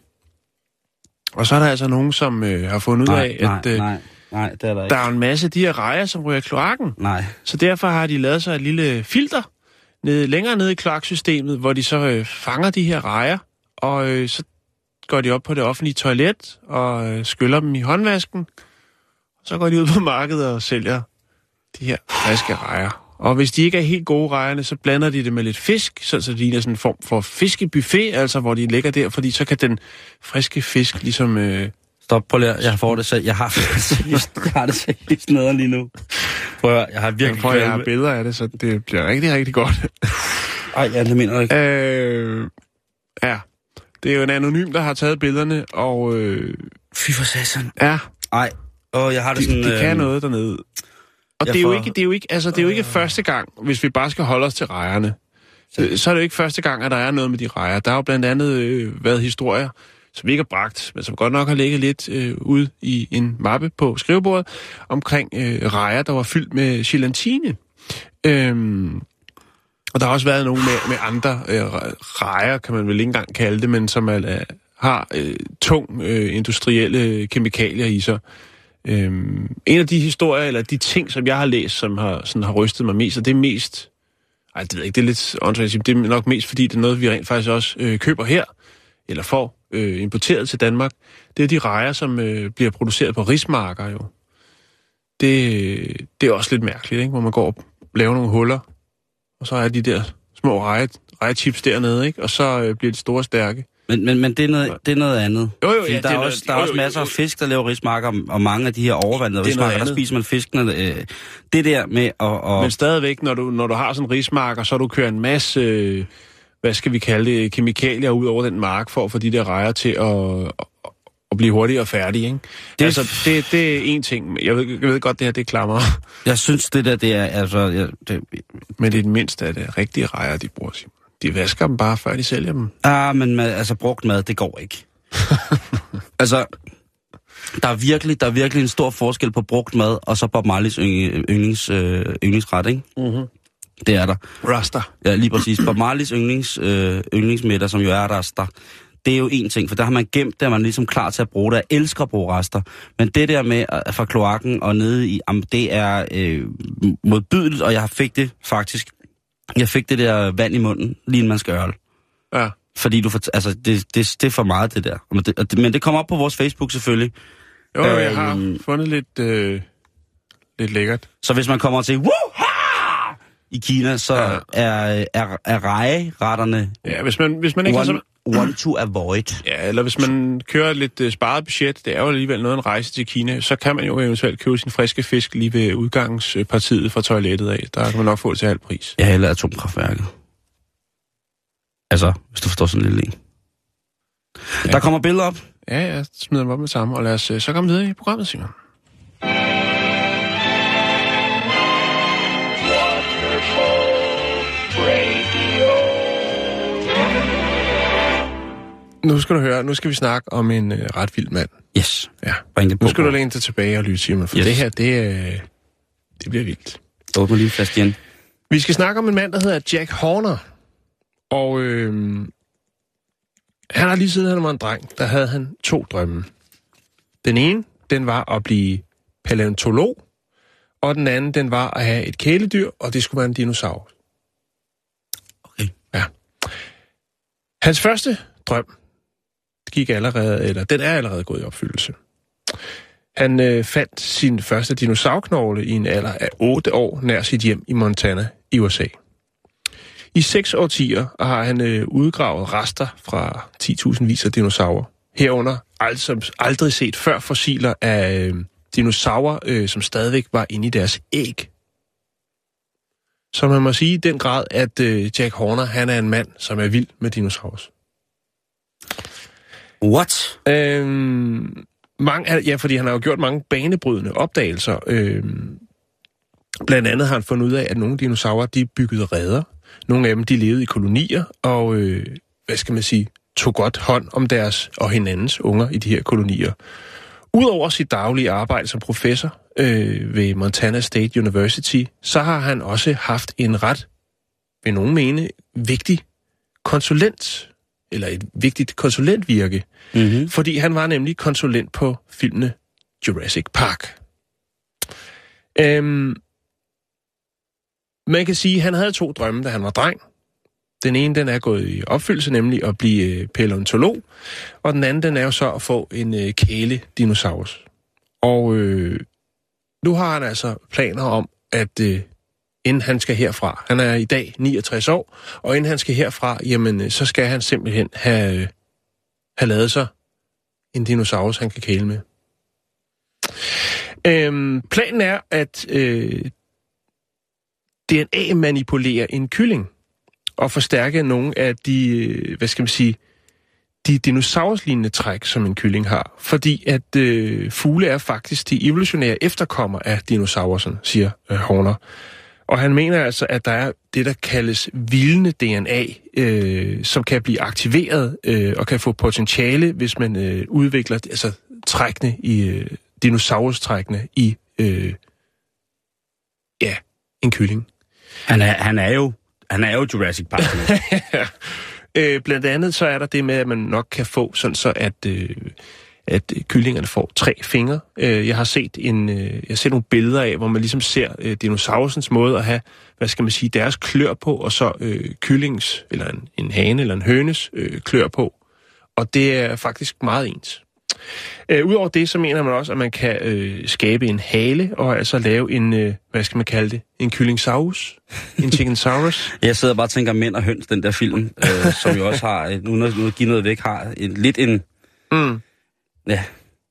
Og så er der altså nogen, som øh, har fundet nej, ud af, nej, at... Øh, nej. Nej, det er der ikke. Der er en masse af de her rejer, som ryger i kloakken. Nej. Så derfor har de lavet sig et lille filter nede, længere nede i kloaksystemet, hvor de så øh, fanger de her rejer, og øh, så går de op på det offentlige toilet og øh, skyller dem i håndvasken. Og så går de ud på markedet og sælger de her friske rejer. Og hvis de ikke er helt gode rejerne, så blander de det med lidt fisk, så, så det ligner sådan en form for fiskebuffet, altså hvor de ligger der, fordi så kan den friske fisk ligesom... Øh, Stop, prøv lige, jeg får det selv. Jeg har, jeg har det seriøst nede lige nu. Prøv at, jeg har virkelig... Prøv, jeg har billeder af det, så det bliver rigtig, rigtig godt. Ej, ja, det mener jeg ikke. Øh, ja, det er jo en anonym, der har taget billederne, og... Øh, Fy for satan. Ja. Ej, og jeg har det de, sådan... De øh, kan noget dernede. Og det er, får... jo ikke, det er jo ikke, altså det er jo ikke første gang, hvis vi bare skal holde os til rejerne. Så, så er det jo ikke første gang, at der er noget med de rejer. Der har jo blandt andet øh, været historier, som ikke er bragt, men som godt nok har ligget lidt øh, ude i en mappe på skrivebordet, omkring øh, rejer, der var fyldt med gelatine. Øhm, og der har også været nogle med, med andre øh, rejer, kan man vel ikke engang kalde det, men som er, har øh, tung øh, industrielle kemikalier i sig. Øhm, en af de historier, eller de ting, som jeg har læst, som har, sådan, har rystet mig mest, og det er mest... Ej, det ved jeg ikke, det er lidt åndssvagt. Det er nok mest, fordi det er noget, vi rent faktisk også øh, køber her, eller får øh, importeret til Danmark. Det er de rejer, som øh, bliver produceret på rismarker jo. Det, det er også lidt mærkeligt, ikke? Hvor man går og laver nogle huller, og så er de der små reje, rejechips dernede, ikke? Og så øh, bliver de store stærke. Men, men, men det, er noget, det er noget andet. Jo, jo, ja, der det er, er også, noget, der er jo, også jo, jo, masser jo. af fisk, der laver rismarker, og mange af de her overvandrede rismarker, der spiser man fiskene. Øh, det der med at... Og... Men stadigvæk, når du, når du har sådan en rismarker, så du kører en masse, øh, hvad skal vi kalde det, kemikalier ud over den mark, for at få de der rejer til at, at blive hurtigere og færdige, ikke? Det, altså, det, det er en ting. Jeg ved, jeg ved godt, det her, det er klammer. Jeg synes, det der, det er... Altså, jeg, det... Men det er det mindste af det rigtige rejer, de bruger. De vasker dem bare, før de sælger dem. Ah, men med, altså, brugt mad, det går ikke. Altså, der er, virkelig, der er virkelig en stor forskel på brugt mad, og så Bob Marleys yndlings, øh, yndlingsret, ikke? Mm-hmm. Det er der. Rasta. Ja, lige præcis. Bob Marleys yndlings, øh, yndlingsmiddag, som jo er rasta, det er jo en ting, for der har man gemt, der er man ligesom klar til at bruge det. Jeg elsker at bruge rester. Men det der med at fra kloakken og nede i, am, det er øh, modbydeligt, og jeg fik det faktisk. Jeg fik det der vand i munden, lige inden man skal ørle. Ja. Fordi du får, altså, det, det, det er for meget, det der. Men det, men det kommer op på vores Facebook selvfølgelig. Jo, øh, jeg har fundet lidt, øh, lidt lækkert. Så hvis man kommer til Wuha! I Kina, så ja. er, er, er rejeretterne ja, hvis man, hvis man ikke one, har så... want to avoid. Ja, eller hvis man kører et lidt uh, sparet budget, det er jo alligevel noget en rejse til Kina, så kan man jo eventuelt købe sin friske fisk lige ved udgangspartiet fra toilettet af. Der kan man nok få det til halv pris. Ja, eller atomkraftværket. Altså, hvis du forstår sådan en lille en. Ja. Der kommer billeder op. Ja, jeg smider dem op med sammen, og lad os uh, så komme videre i programmet, Simon. Nu skal du høre, nu skal vi snakke om en uh, ret vild mand. Yes. Ja. Nu skal du læne dig tilbage og lytte, Simon, for yes. det her, det, uh, det bliver vildt. Åbner lige fast igen. Vi skal snakke om en mand, der hedder Jack Horner. Og øh, han har lige siden han var en dreng, der havde han to drømme. Den ene, den var at blive palæontolog, og den anden, den var at have et kæledyr, og det skulle være en dinosaur. Okay. Ja. Hans første drøm gik allerede, eller den er allerede gået i opfyldelse. Han øh, fandt sin første dinosaurknogle i en alder af otte år nær sit hjem i Montana i U S A. I seks årtier har han øh, udgravet rester fra ti tusind vis af dinosaurer. Herunder altså aldrig set før fossiler af øh, dinosaurer, øh, som stadigvæk var inde i deres æg. Så man må sige i den grad, at øh, Jack Horner, han er en mand, som er vild med dinosaurer. What? Øhm, mange, ja, fordi han har jo gjort mange banebrydende opdagelser. Øhm, blandt andet har han fundet ud af, at nogle dinosaurer, de byggede reder. Nogle af dem, de levede i kolonier, og, øh, hvad skal man sige, tog godt hånd om deres og hinandens unger i de her kolonier. Udover sit daglige arbejde som professor øh, ved Montana State University, så har han også haft en ret, vil nogen mene, vigtig konsulent, eller et vigtigt konsulentvirke, mm-hmm. fordi han var nemlig konsulent på filmene Jurassic Park. Øhm, man kan sige, at han havde to drømme, da han var dreng. Den ene, den er gået i opfyldelse, nemlig at blive palæontolog, og den anden, den er jo så at få en øh, kæledinosaurus. Og øh, nu har han altså planer om, at øh, inden han skal herfra, han er i dag niogtres år, og inden han skal herfra, jamen, øh, så skal han simpelthen have, øh, have lavet sig en dinosaurus, han kan kæle med. Øhm, planen er, at øh, D N A-manipulere en kylling, og forstærke nogle af de, hvad skal man sige, de dinosauruslignende træk, som en kylling har. Fordi at øh, fugle er faktisk de evolutionære efterkommer af dinosaurusen, siger øh, Horner. Og han mener altså, at der er det, der kaldes vildende D N A, øh, som kan blive aktiveret øh, og kan få potentiale, hvis man øh, udvikler altså trækkene i øh, dinosaurustrækkene i øh, ja, en kylling. Han er, han er jo Han er jo Jurassic Park. ja. øh, blandt andet så er der det med, at man nok kan få sådan så, at, øh, at kyllingerne får tre fingre. Øh, jeg har set en, øh, jeg har set nogle billeder af, hvor man ligesom ser øh, dinosaurusens måde at have, hvad skal man sige, deres klør på, og så øh, kyllings, eller en, en hane eller en hønes øh, klør på. Og det er faktisk meget ens. Øh, Udover det, så mener man også, at man kan øh, skabe en hale, og altså lave en, øh, hvad skal man kalde det, en kyllingsaurus, en chickensaurus. Jeg sidder bare og tænker Mænd og Høns, den der film, øh, som jo også har, uden at, uden at give noget væk, har en, lidt en... Mm. Ja.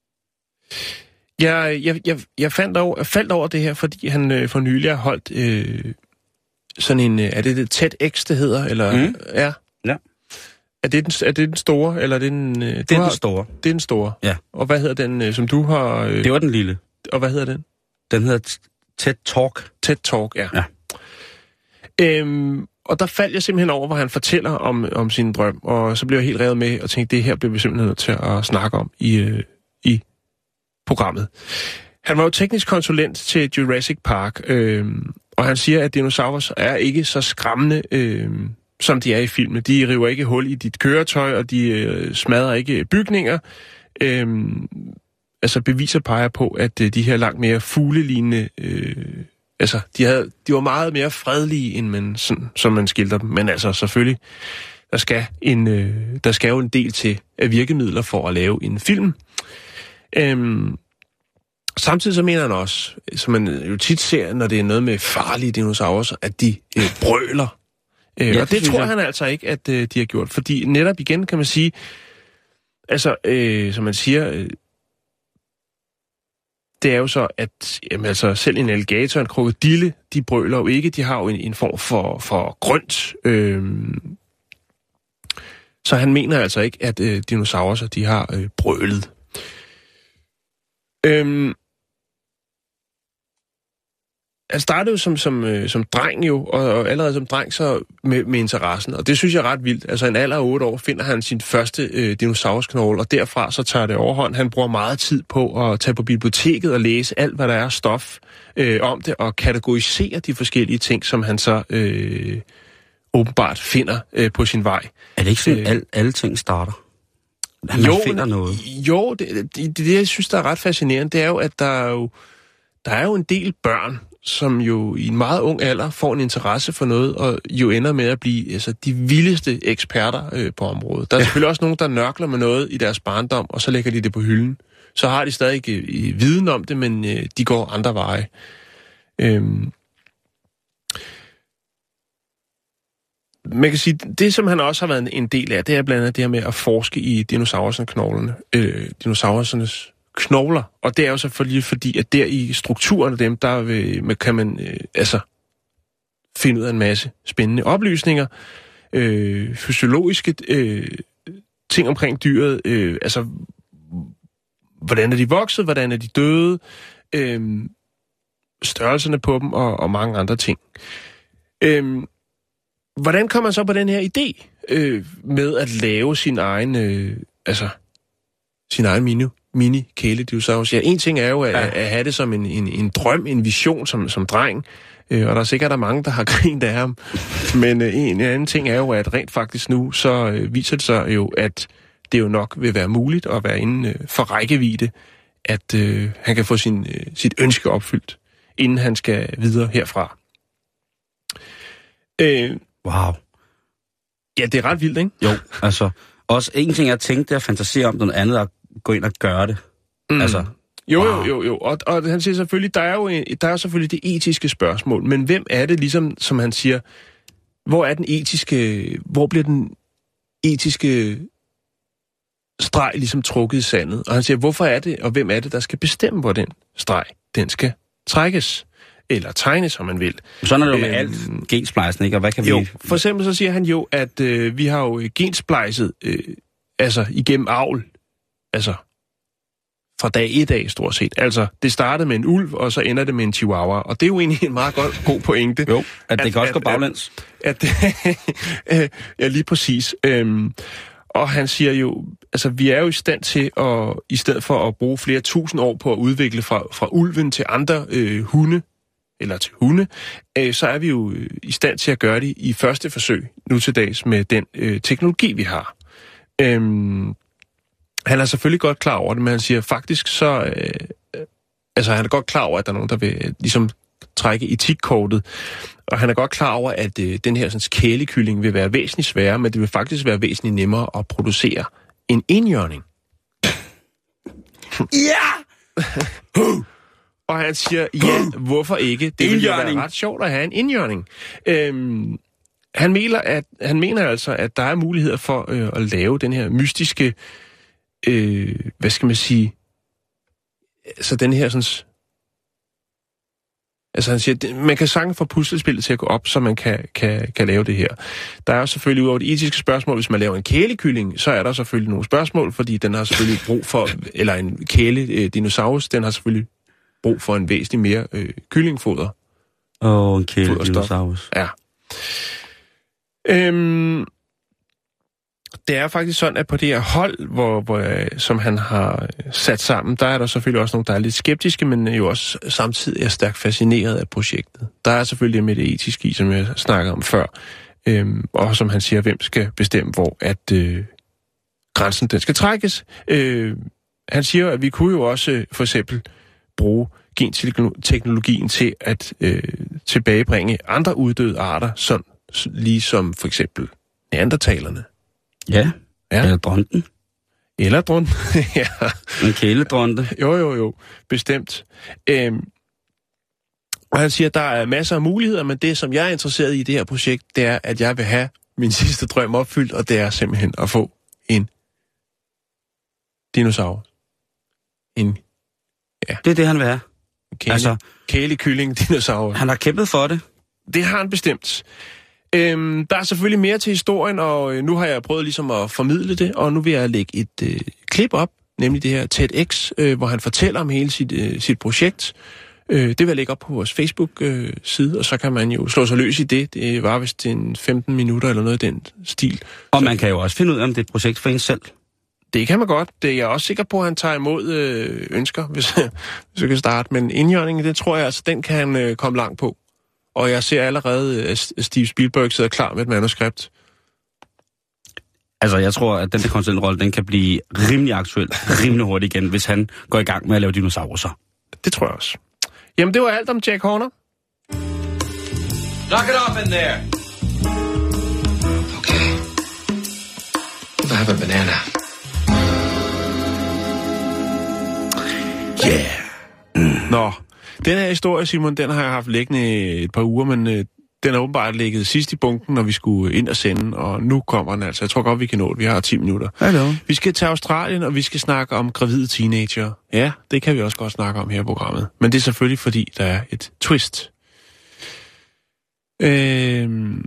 Jeg, jeg, jeg, jeg, fandt over, jeg faldt over det her, fordi han øh, for nylig har holdt øh, sådan en, øh, er det det TEDx, det hedder? Eller, mm. Ja. Ja. Er det, den, er det den store, eller er det den... Øh, det er har, den store. Det er den store. Ja. Og hvad hedder den, øh, som du har... Øh, det var den lille. Og hvad hedder den? Den hedder TED Talk. TED Talk, ja. Ja. Øhm, og der faldt jeg simpelthen over, hvor han fortæller om, om sin drøm, og så blev jeg helt revet med og tænkte, det her bliver vi simpelthen nødt til at snakke om i, øh, i programmet. Han var jo teknisk konsulent til Jurassic Park, øh, og han siger, at dinosaurer er ikke så skræmmende... Øh, som de er i filmen. De river ikke hul i dit køretøj, og de øh, smadrer ikke bygninger. Øhm, altså beviser peger på, at øh, de her langt mere fuglelignende... Øh, altså, de, havde, de var meget mere fredelige, end man, sådan, som man skildrer dem. Men altså, selvfølgelig, der skal, en, øh, der skal jo en del til af virkemidler for at lave en film. Øhm, samtidig så mener han også, som man jo tit ser, når det er noget med farlige dinosaurer, at de øh, brøler. Øh, ja, og det, det tror jeg. han altså ikke, at øh, de har gjort. Fordi netop igen kan man sige, altså, øh, som man siger, øh, det er jo så, at jamen, altså, selv en alligator og en krokodille, de brøler jo ikke. De har jo en, en form for, for grønt. Øh, så han mener altså ikke, at øh, dinosaurer, de har øh, brølet. Øh, Han startede jo som, som, øh, som dreng jo, og, og allerede som dreng så med, med interessen, og det synes jeg er ret vildt. Altså en alder af otte år finder han sin første øh, dinosaurusknogle, og derfra så tager det overhånd. Han bruger meget tid på at tage på biblioteket og læse alt, hvad der er stof øh, om det, og kategorisere de forskellige ting, som han så øh, åbenbart finder øh, på sin vej. Er det ikke sådan, øh, at alle, alle ting starter? Han jo, finder noget. Jo, det, det, det, jeg synes, der er ret fascinerende, det er jo, at der er jo, der er jo en del børn, som jo i en meget ung alder får en interesse for noget, og jo ender med at blive altså, de vildeste eksperter øh, på området. Der er ja. selvfølgelig også nogen, der nørkler med noget i deres barndom, og så lægger de det på hylden. Så har de stadig øh, viden om det, men øh, de går andre veje. Øhm. Man kan sige, det som han også har været en del af, det er blandt andet det her med at forske i dinosaurernes-knoglerne. Øh, dinosaurernes knogler, og det er jo selvfølgelig fordi, at der i strukturen af dem, der vil, kan man øh, altså finde ud af en masse spændende oplysninger, øh, fysiologiske øh, ting omkring dyret, øh, altså hvordan er de vokset, hvordan er de døde, øh, størrelserne på dem og, og mange andre ting. Øh, hvordan kommer man så på den her idé øh, med at lave sin egen, øh, altså sin egen mini mini-kæledinosaurus. Ja, en ting er jo at, ja. at have det som en, en, en drøm, en vision som, som dreng, øh, og der er sikkert der er mange, der har grint af ham. Men øh, en anden ting er jo, at rent faktisk nu, så øh, viser det sig jo, at det jo nok vil være muligt at være inden øh, for rækkevidde, at øh, han kan få sin, øh, sit ønske opfyldt, inden han skal videre herfra. Øh, wow. Ja, det er ret vildt, ikke? Jo, altså, også en ting, jeg tænkte, at fantasere om, noget andet at gå ind og gøre det. Mm. Altså, jo, wow. jo, jo, jo. Og, og han siger selvfølgelig, der er jo en, der er selvfølgelig det etiske spørgsmål, men hvem er det ligesom, som han siger, hvor er den etiske, hvor bliver den etiske streg ligesom trukket i sandet? Og han siger, hvorfor er det, og hvem er det, der skal bestemme, hvor den streg, den skal trækkes? Eller tegnes, som man vil. Sådan er det jo med alt gensplejsen, ikke? Og hvad kan jo, vi... for eksempel så siger han jo, at øh, vi har jo gensplejset, øh, altså igennem avl, altså fra dag et af stort set. Altså, det startede med en ulv, og så ender det med en chihuahua. Og det er jo egentlig en meget god, god pointe. Jo, at, at det kan også at, gå baglæns. At, at, ja, lige præcis. Øhm, og han siger jo, altså vi er jo i stand til at, i stedet for at bruge flere tusind år på at udvikle fra, fra ulven til andre øh, hunde, eller til hunde, øh, så er vi jo i stand til at gøre det i første forsøg nu til dags med den øh, teknologi, vi har. Øhm, han er selvfølgelig godt klar over det, men han siger faktisk så... Øh, altså han er godt klar over, at der er nogen, der vil øh, ligesom trække etikkortet, og han er godt klar over, at øh, den her sådan, kælekylling vil være væsentligt sværere, men det vil faktisk være væsentligt nemmere at producere en enhjørning. Ja! Og han siger, ja, hvorfor ikke? Det ville jo være ret sjovt at have en indjørning. Øhm, han, mener, at, han mener altså, at der er muligheder for øh, at lave den her mystiske, øh, hvad skal man sige, altså den her sådan... Altså han siger, man kan sagtens få puslespillet til at gå op, så man kan, kan, kan lave det her. Der er jo selvfølgelig udover det etiske spørgsmål, hvis man laver en kælekylling, så er der selvfølgelig nogle spørgsmål, fordi den har selvfølgelig brug for, eller en kæledinosaurus, den har selvfølgelig brug for en væsentlig mere øh, kyllingfoder. Åh, oh, en kæledinosaurus. Ja. Øhm, det er faktisk sådan, at på det her hold, hvor, hvor, som han har sat sammen, der er der selvfølgelig også nogle, der er lidt skeptiske, men jo også samtidig er stærkt fascineret af projektet. Der er selvfølgelig det med det etiske i, som jeg snakkede om før, øhm, og som han siger, hvem skal bestemme, hvor at øh, grænsen den skal trækkes. Øh, han siger, at vi kunne jo også for eksempel bruge genteknologien til at øh, tilbagebringe andre uddøde arter, som, ligesom for eksempel neandertalerne. Ja, ja. Eller dronten. Eller dronten, ja. En kæledronte. Jo, jo, jo, bestemt. Øhm, Og han siger, at der er masser af muligheder, men det, som jeg er interesseret i i det her projekt, det er, at jeg vil have min sidste drøm opfyldt, og det er simpelthen at få en dinosaur. En, ja. Det er det, han vil have. Kæle, altså, kælekylling-dinosaur. Han har kæmpet for det. Det har han bestemt. Øhm, der er selvfølgelig mere til historien, og øh, nu har jeg prøvet ligesom at formidle det, og nu vil jeg lægge et øh, klip op, nemlig det her TEDx, øh, hvor han fortæller om hele sit, øh, sit projekt. Øh, det vil jeg lægge op på vores Facebook-side, øh, og så kan man jo slå sig løs i det. Det var vist en femten minutter eller noget i den stil. Og så, man kan jo også finde ud af, om det er et projekt for en selv. Det kan man godt. Det er jeg også sikker på, at han tager imod øh, ønsker, hvis, hvis vi kan starte. Men indjørningen, det tror jeg, altså, den kan han øh, komme langt på. Og jeg ser allerede, at Steve Spielberg sidder klar med et manuskript. Altså, jeg tror, at den der konsulentrolle, den kan blive rimelig aktuel, rimelig hurtigt igen, hvis han går i gang med at lave dinosaurer. Det tror jeg også. Jamen, det var alt om Jack Horner. Knock it off in there. Okay. If I have a banana. Yeah. Mm. Nå, den her historie, Simon, den har jeg haft liggende et par uger, men øh, den er åbenbart ligget sidst i bunken, når vi skulle ind og sende, og nu kommer den altså. Jeg tror godt, vi kan nå det. Vi har ti minutter. Hallo. Vi skal til Australien, og vi skal snakke om gravide teenager. Ja, det kan vi også godt snakke om her i programmet. Men det er selvfølgelig, fordi der er et twist. Øhm...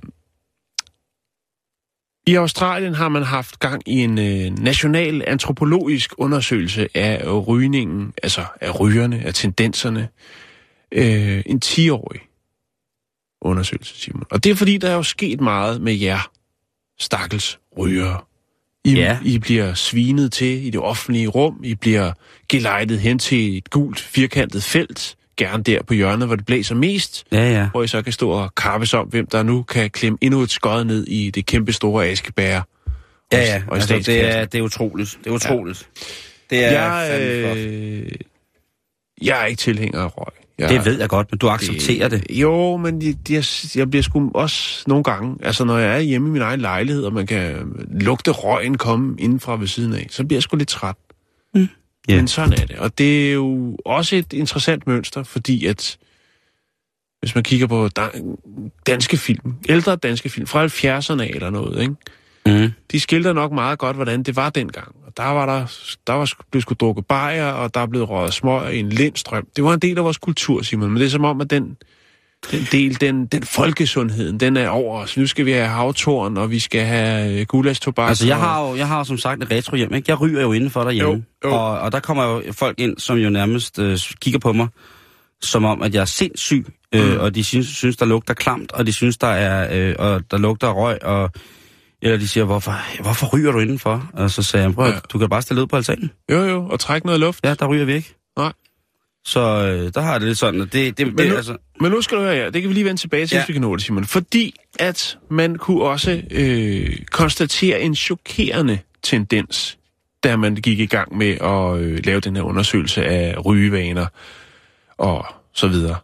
I Australien har man haft gang i en øh, national antropologisk undersøgelse af rygningen, altså af rygerne, af tendenserne. Øh, en ti-årig undersøgelse, Simon. Og det er fordi, der er jo sket meget med jer, stakkels rygere. I, ja. I bliver svinet til i det offentlige rum, I bliver gelejtet hen til et gult, firkantet felt, gerne der på hjørnet, hvor det blæser mest, ja, ja. hvor I så kan stå og kappes om, hvem der nu kan klemme endnu et skod ned i det kæmpe store askebær. Ja, ja, og altså, det, er, det er utroligt. Det er utroligt. Ja. Det er jeg, øh, jeg er ikke tilhænger af røg. Jeg, det ved jeg godt, men du accepterer det. det. Jo, men jeg, jeg, jeg bliver sgu også nogle gange, altså når jeg er hjemme i min egen lejlighed, og man kan lugte røgen komme indenfra ved siden af, så bliver jeg sgu lidt træt. Mm. Yeah. Men sådan er det. Og det er jo også et interessant mønster, fordi at hvis man kigger på danske film, ældre danske film, fra halvfjerdserne eller noget, ikke? Mm. De skildrer nok meget godt, hvordan det var dengang. Og der var der, der var blevet sgu drukket bajer, og der er blevet røget smøg i en lindstrøm. Det var en del af vores kultur, Simon, men det er som om, at den, den del, den, den folkesundheden, den er over os. Nu skal vi have havtorn, og vi skal have guldastobak. Altså, jeg har jo, jeg har jo som sagt et retro hjem, ikke? Jeg ryger jo indenfor derhjemme. Jo, jo. Og, og der kommer jo folk ind, som jo nærmest øh, kigger på mig, som om, at jeg er sindssyg, øh, mm. og de synes, synes, der lugter klamt, og de synes, der er, øh, og der lugter røg, og eller de siger, hvorfor, hvorfor ryger du indenfor? Og så sagde jeg, prøv, ja. Du kan bare stille ud på altanen. Jo, jo, og trække noget luft. Ja, der ryger vi ikke. Nej. Så øh, der har det lidt sådan, at det... det, men, det nu, altså... men nu skal du høre, ja, det kan vi lige vende tilbage til, ja. Hvis vi kan nå det, Simon. Fordi at man kunne også øh, konstatere en chokerende tendens, da man gik i gang med at øh, lave den her undersøgelse af rygevaner og så videre.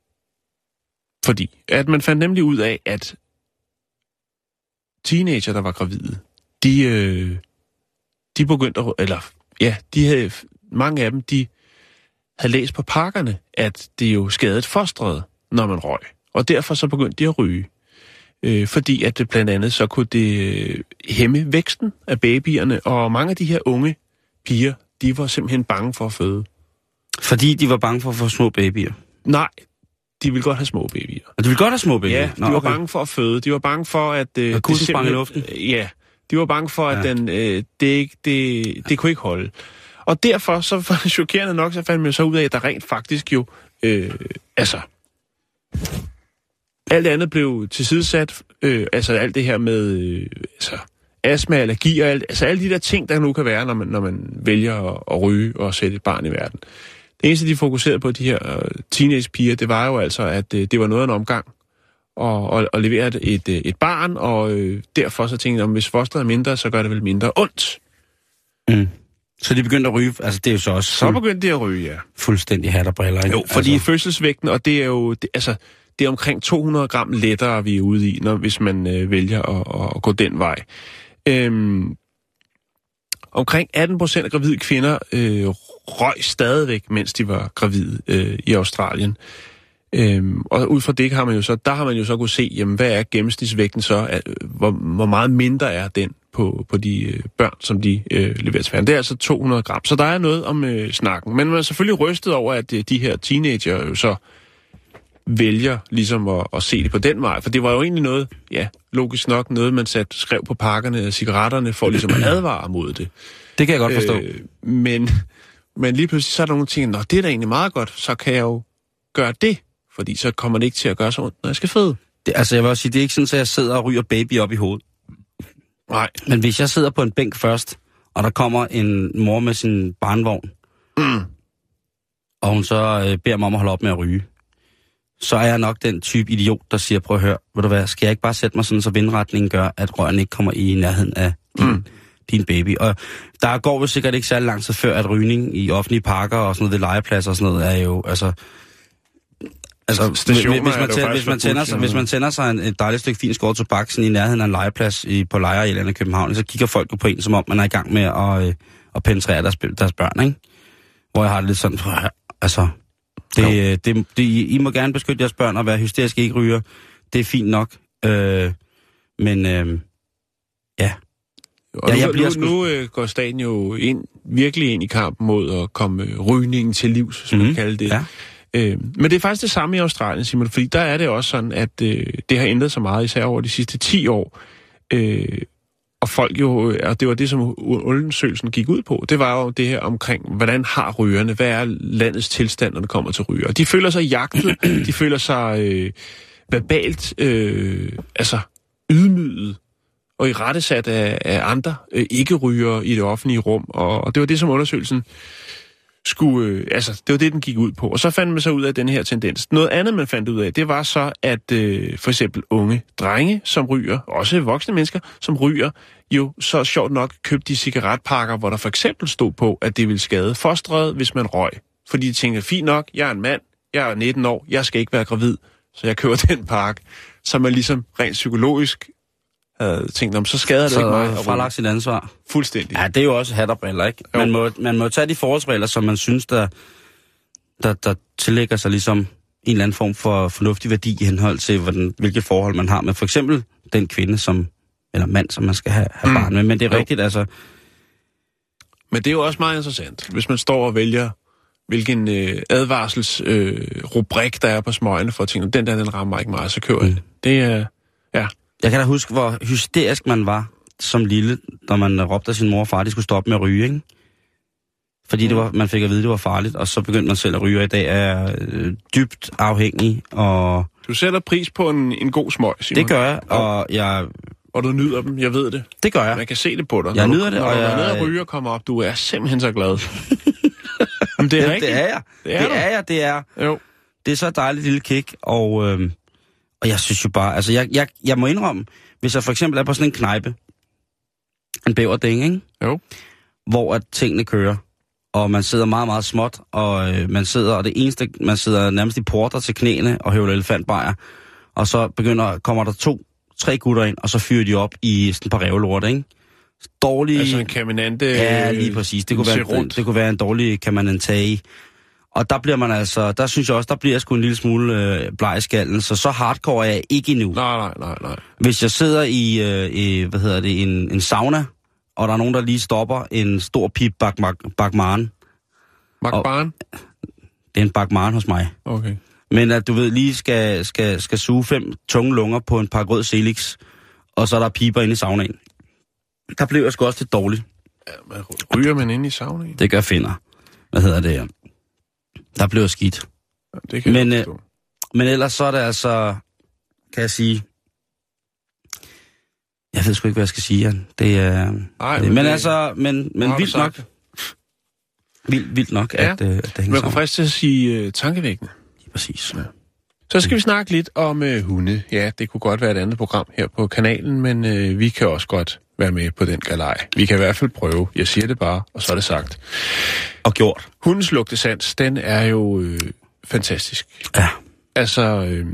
Fordi at man fandt nemlig ud af, at teenager, der var gravide, de, øh, de begyndte at... Eller, ja, de havde, mange af dem, de havde læst på pakkerne, at det jo skadede fosteret, når man røg. Og derfor så begyndte de at ryge. Øh, fordi at det blandt andet så kunne det øh, hæmme væksten af babyerne, og mange af de her unge piger, de var simpelthen bange for at føde. Fordi de var bange for at få små babyer? Nej, de ville godt have små babyer. Og de ville godt have små babyer? Ja, de Nå, var okay. bange for at føde. De var bange for, at... Øh, at kussen sprang i luften? Øh, ja, de var bange for, at ja. den, øh, det, ikke, det, det kunne ikke holde. Og derfor, så var det chokerende nok, så fandt man så ud af, at der rent faktisk jo... Øh, altså... Alt andet blev tilsidesat. Øh, altså alt det her med... Øh, altså, astma, allergi og alt... Altså alle de der ting, der nu kan være, når man, når man vælger at, at ryge og sætte et barn i verden. Det eneste, de fokuserede på, de her uh, teenagepiger, det var jo altså, at uh, det var noget af en omgang og, og, og levere et, et, et barn, og uh, derfor så tænkte jeg, hvis fosteret er mindre, så gør det vel mindre ondt. Mm. Så de begyndte at ryge, altså det er jo så også... Så begyndte de at ryge, ja. Fuldstændig hat og briller, ikke? Jo, fordi altså... fødselsvægten, og det er jo, det, altså, det er omkring to hundrede gram lettere, vi er ude i, når, hvis man uh, vælger at, at gå den vej. Øhm, omkring atten procent af gravide kvinder øh, røg stadigvæk, mens de var gravide øh, i Australien. Øhm, og ud fra det har man jo så, der har man jo så kunne se, jamen, hvad er gennemsnitsvægten så? At, hvor, hvor meget mindre er den på, på de øh, børn, som de øh, leverer til færden? Det er altså to hundrede gram. Så der er noget om øh, snakken. Men man er selvfølgelig rystet over, at øh, de her teenager jo så vælger ligesom at, at se det på den vej. For det var jo egentlig noget, ja, logisk nok, noget man satte, skrev på pakkerne af cigaretterne for ligesom at advare mod det. Det kan jeg godt forstå. Øh, men, men lige pludselig så er der nogle ting, nå, det er da egentlig meget godt, så kan jeg jo gøre det. Fordi så kommer det ikke til at gøre så ondt, når jeg skal føde. Det, altså jeg vil også sige, det er ikke sådan, at jeg sidder og ryger baby op i hovedet. Nej. Men hvis jeg sidder på en bænk først, og der kommer en mor med sin barnvogn, mm. og hun så øh, beder mig om at holde op med at ryge, så er jeg nok den type idiot, der siger, prøv at høre, ved du hvad, skal jeg ikke bare sætte mig sådan, så vindretningen gør, at røgen ikke kommer i nærheden af din, mm. din baby. Og der går jo sikkert ikke særlig lang tid før, at rygning i offentlige parker og sådan noget ved legepladser og sådan noget, er jo, altså... Altså, hvis man, tænder, hvis, man tænder sig, hvis man tænder sig en, et dejligt stykke fint skåret tobak sådan i nærheden af en legeplads i, på Lejre i landet af København, så kigger folk jo på en, som om man er i gang med at, øh, at penetrere deres, deres børn, ikke? Hvor jeg har det lidt sådan, altså, det, det, det, I må gerne beskytte jeres børn og være hysteriske ikke ryger. Det er fint nok, øh, men øh, ja. Og ja, nu, jeg bliver nu, sku... nu øh, går staten jo ind, virkelig ind i kampen mod at komme øh, rygningen til livs, som mm-hmm. man kalder det. Ja. Øh, men det er faktisk det samme i Australien, Simon, fordi der er det også sådan, at øh, det har ændret sig meget, især over de sidste ti år. Øh, og folk jo, og det var det, som undersøgelsen gik ud på, det var jo det her omkring, hvordan har rygerne, hvad er landets tilstand, når det kommer til ryger. De føler sig jagtet, de føler sig øh, verbalt, øh, altså ydmyget, og i rettesat af, af andre øh, ikke-rygere i det offentlige rum, og, og det var det, som undersøgelsen skulle, øh, altså, det var det, den gik ud på. Og så fandt man så ud af den her tendens. Noget andet, man fandt ud af, det var så, at øh, for eksempel unge drenge, som ryger, også voksne mennesker, som ryger, jo så sjovt nok købte de cigaretpakker, hvor der for eksempel stod på, at det ville skade fosteret, hvis man røg. Fordi de tænkte, fint nok, jeg er en mand, jeg er nitten år, jeg skal ikke være gravid, så jeg køber den pakke. Så man ligesom rent psykologisk havde tænkt, om så skader det så ikke mig. Så fralagt sit ansvar. Fuldstændig. Ja, det er jo også hat og briller, ikke? Man må, man må tage de forholdsregler, som man synes, der, der, der tillægger sig ligesom en eller anden form for fornuftig værdi i henhold til, hvordan, hvilket forhold man har med for eksempel den kvinde, som, eller mand, som man skal have, have mm. barn med. Men det er jo. rigtigt, altså... Men det er jo også meget interessant, hvis man står og vælger, hvilken øh, advarselsrubrik, øh, der er på smøgene for at tænke, den der, den rammer ikke meget, så kører jeg mm. det. Det er... Øh, ja. Jeg kan da huske, hvor hysterisk man var som lille, når man råbte af sin mor og far, de skulle stoppe med at ryge, ikke? Fordi det var, man fik at vide, det var farligt, og så begyndte man selv at ryge, og i dag er øh, dybt afhængig, og... Du sætter pris på en, en god smøg, Simon. Det gør jeg, og jeg... Og du nyder dem, jeg ved det. Det gør jeg. Man kan se det på dig. Jeg når nyder du, det, når og du jeg... Når du er nede og ryger og kommer op, du er simpelthen så glad. Men det er Jamen, det er jeg. Det er, det er jeg, det er. Jo. Det er så et dejligt lille kick, og, øh, og jeg synes jo bare... Altså, jeg, jeg, jeg må indrømme, hvis jeg for eksempel er på sådan en knejpe, en bæverding, ikke? Jo. Hvor at tingene kører, og man sidder meget, meget småt, og øh, man sidder, og det eneste, man sidder nærmest i porter til knæene og høvler elefantbajer, og så begynder, kommer der to, tre gutter ind, og så fyrer de op i sådan et par rævelorte, ikke? Dårlige... Altså en kaminante... Ja, lige præcis. Det kunne, være, en, det kunne være en dårlig kaminante. Og der bliver man altså, der synes jeg også, der bliver jeg sgu en lille smule øh, bleg i skallen, så så hardcore er jeg ikke endnu. Nej, nej, nej, nej. Hvis jeg sidder i, øh, i hvad hedder det, en, en sauna, og der er nogen, der lige stopper en stor pip bak, bak, bakmaren. Bakmaren? Det er en bakmaren hos mig. Okay. Men at du ved, lige skal, skal, skal suge fem tunge lunger på en par grød Celix, og så er der piber inde i saunaen. Der blev jeg sgu også lidt dårligt. Ja, man ryger man inde i saunaen? Det gør finder. Hvad hedder det? Der blev skidt. Ja, det kan men, jeg øh, men ellers så er det altså, kan jeg sige... Jeg ved sgu ikke, hvad jeg skal sige, Jan. Det er... Ej, det, men, men det, altså, men, men vildt nok. Vildt, vildt nok, ja. at, øh, at det hænger sammen. Man kan frisk til at sige uh, tankevækkende. Ja, præcis. Ja. Så skal vi snakke lidt om uh, hunde. Ja, det kunne godt være et andet program her på kanalen, men uh, vi kan også godt være med på den galej. Vi kan i hvert fald prøve. Jeg siger det bare, og så er det sagt. Og gjort. Hundens lugtesans, den er jo øh, fantastisk. Ja. Altså, øh,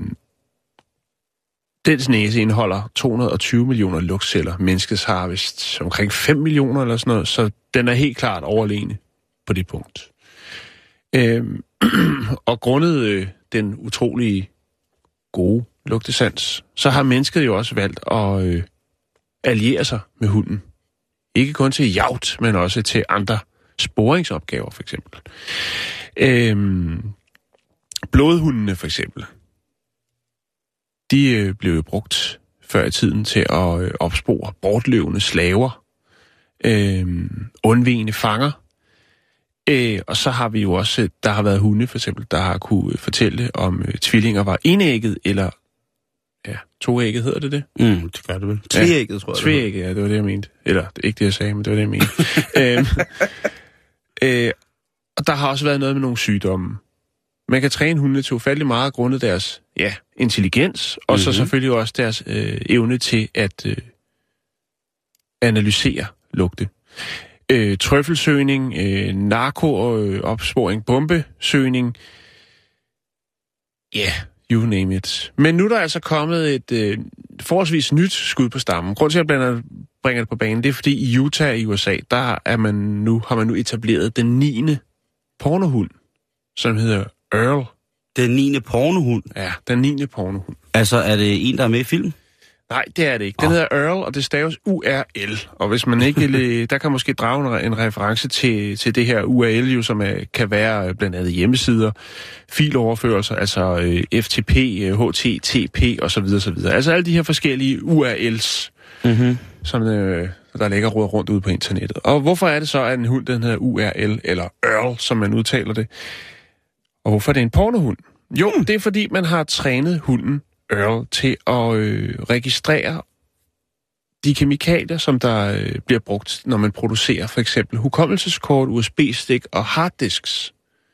dens næse indeholder to hundrede og tyve millioner lugtceller. Menneskets har vist omkring fem millioner eller sådan noget, så den er helt klart overlegne på det punkt. Øh, og grundet øh, den utrolige gode lugtesans, så har mennesket jo også valgt at øh, alliere sig med hunden. Ikke kun til jagt, men også til andre sporingsopgaver, for eksempel. Øhm, blodhundene, for eksempel, de øh, blev jo brugt før i tiden til at øh, opspore bortløbende slaver, øh, undvigende fanger. Øh, og så har vi jo også, der har været hunde, for eksempel, der har kunne fortælle, om øh, tvillinger var enægget eller ja, toægget, hedder det det? Mm, det gør det vel. Tveægget, ja, tror jeg. Tveægget, ja, det var det, jeg mente. Eller, det er ikke det, jeg sagde, men det var det, jeg mente. øhm, øh, og der har også været noget med nogle sygdomme. Man kan træne hundene til ufattelig meget grundet deres ja, intelligens, og mm-hmm. så selvfølgelig også deres øh, evne til at øh, analysere lugte. Øh, trøffelsøgning, øh, narko-opsporing, bombesøgning. Ja, yeah, you name it. Men nu er der altså kommet et øh, forholdsvis nyt skud på stammen. Grunden til, at jeg bringer det på banen, det er, fordi i Utah i U S A, der er man nu, har man nu etableret den niende pornohund, som hedder Earl. Den niende pornohund? Ja, den niende pornohund. Altså, er det en, der er med i film? Nej, det er det ikke. Den oh. hedder Earl, og det staves U R L. Og hvis man ikke vil, der kan måske drage en reference til, til det her U R L, jo, som er, kan være blandt andet hjemmesider, filoverførelser, altså øh, F T P, H T T P osv. osv. Altså alle de her forskellige U R L's, mm-hmm. som øh, der ligger råd rundt ude på internettet. Og hvorfor er det så, at en hund, den hedder U R L, eller Earl, som man udtaler det? Og hvorfor er det en pornohund? Jo, mm. det er fordi, man har trænet hunden Earl til at øh, registrere de kemikalier, som der øh, bliver brugt, når man producerer for eksempel hukommelseskort, U S B-stik og harddisks.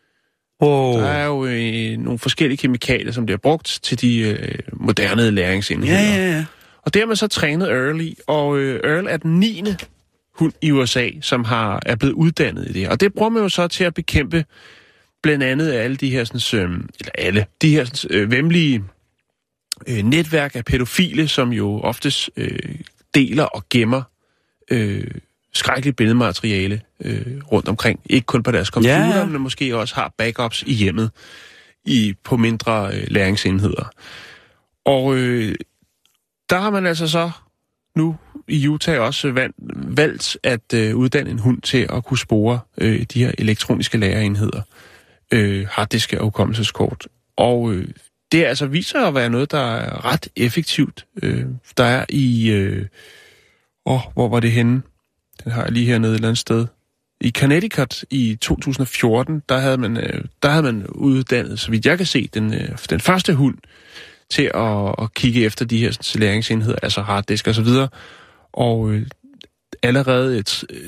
Oh. Der er jo øh, nogle forskellige kemikalier, som bliver brugt til de øh, moderne læringsenheder. Ja, ja, ja. Og det har man så trænet Earl i, og øh, Earl er den niende hund i U S A, som har, er blevet uddannet i det. Og det bruger man jo så til at bekæmpe blandt andet alle de her, sådan, øh, eller alle, de her sådan, øh, væmmelige øh, netværk af pædofile, som jo oftest øh, deler og gemmer øh, skrækkeligt billedmateriale øh, rundt omkring. Ikke kun på deres computer, ja, ja. men måske også har backups i hjemmet i, på mindre øh, læringsenheder. Og øh, der har man altså så nu i Utah også valgt, valgt at øh, uddanne en hund til at kunne spore øh, de her elektroniske lærerenheder, øh, harddiske og hukommelseskort. Og øh, det altså viser at være noget, der er ret effektivt. Øh, der er i... Øh, åh, hvor var det henne? Den har jeg lige hernede et eller andet sted. I Connecticut i to tusind og fjorten, der havde man, øh, der havde man uddannet, så vidt jeg kan se, den, øh, den første hund til at, at kigge efter de her sådan, læringsenheder, altså harddisk og så videre. Og øh, allerede et, øh,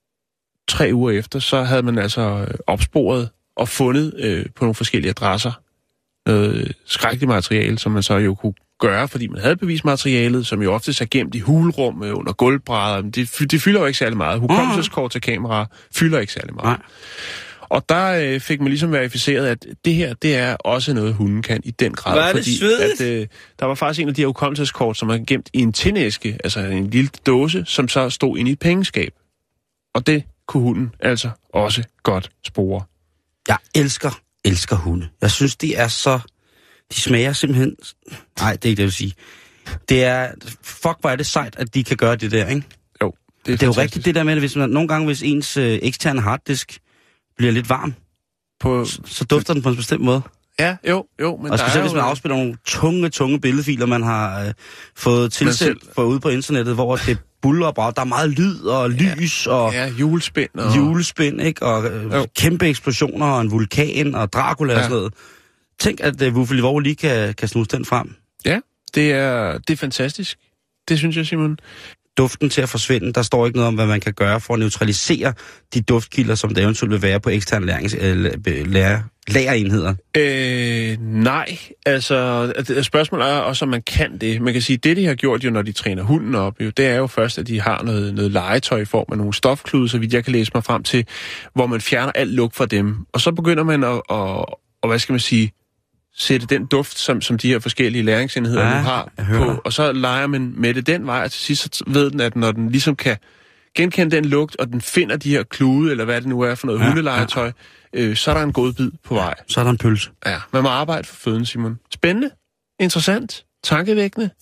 tre uger efter, så havde man altså opsporet og fundet øh, på nogle forskellige adresser noget skrækkeligt materiale, som man så jo kunne gøre, fordi man havde bevismaterialet, som jo ofte er gemt i hulrum øh, under gulvbrædder. Det, det fylder jo ikke særlig meget. Hukommelseskort til kamera fylder ikke særlig meget. Nej. Og der øh, fik man ligesom verificeret, at det her, det er også noget, hunden kan i den grad. Hvad er det fordi, svedigt? at, øh, der var faktisk en af de her hukommelseskort, som er gemt i en tindæske, altså en lille dåse, som så stod inde i et pengeskab. Og det kunne hunden altså også godt spore. Jeg elsker, elsker hunde. Jeg synes, de er så... De smager simpelthen... Nej, det er ikke det, jeg vil sige. Det er... Fuck, hvor er det sejt, at de kan gøre det der, ikke? Jo, det er Det er jo rigtigt det der med, at hvis man, nogle gange, hvis ens øh, eksterne harddisk bliver lidt varm, på, så, så dufter den på en bestemt måde. Ja, jo, jo. Men og specielt hvis man jo... afspiller nogle tunge, tunge billedfiler, man har øh, fået tilsendt for ude på internettet, hvor det buller og brager. Der er meget lyd og lys ja, og... Ja, julespind. Og... Julespind, ikke? Og øh, kæmpe eksplosioner og en vulkan og Dracula ja. og sådan noget. Tænk, at uh, Wuffeli Vore lige kan, kan snuse den frem. Ja, det er, det er fantastisk. Det synes jeg, Simon. Duften til at forsvinde. Der står ikke noget om, hvad man kan gøre for at neutralisere de duftkilder, som der eventuelt vil være på eksterne lærings, øh, lærer, lærerenheder. Øh, nej, altså spørgsmålet er også, om man kan det. Man kan sige, det de har gjort jo, når de træner hunden op, jo, det er jo først, at de har noget, noget legetøj i form af nogle stofklude, så vidt jeg kan læse mig frem til, hvor man fjerner alt lugt fra dem. Og så begynder man at, at og hvad skal man sige, sætte den duft, som, som de her forskellige læringsenheder ja, nu har på, og så leger man med det den vej, og til sidst så ved den, at når den ligesom kan, genkende den lugt, og den finder de her klude, eller hvad det nu er for noget ja, hundelegetøj, ja. øh, så er der en godbid på vej. Så er der en pølse. Ja, man må arbejde for føden, Simon. Spændende, interessant, tankevækkende.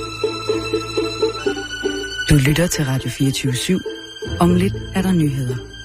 Du lytter til Radio fireogtyve syv. Om lidt er der nyheder.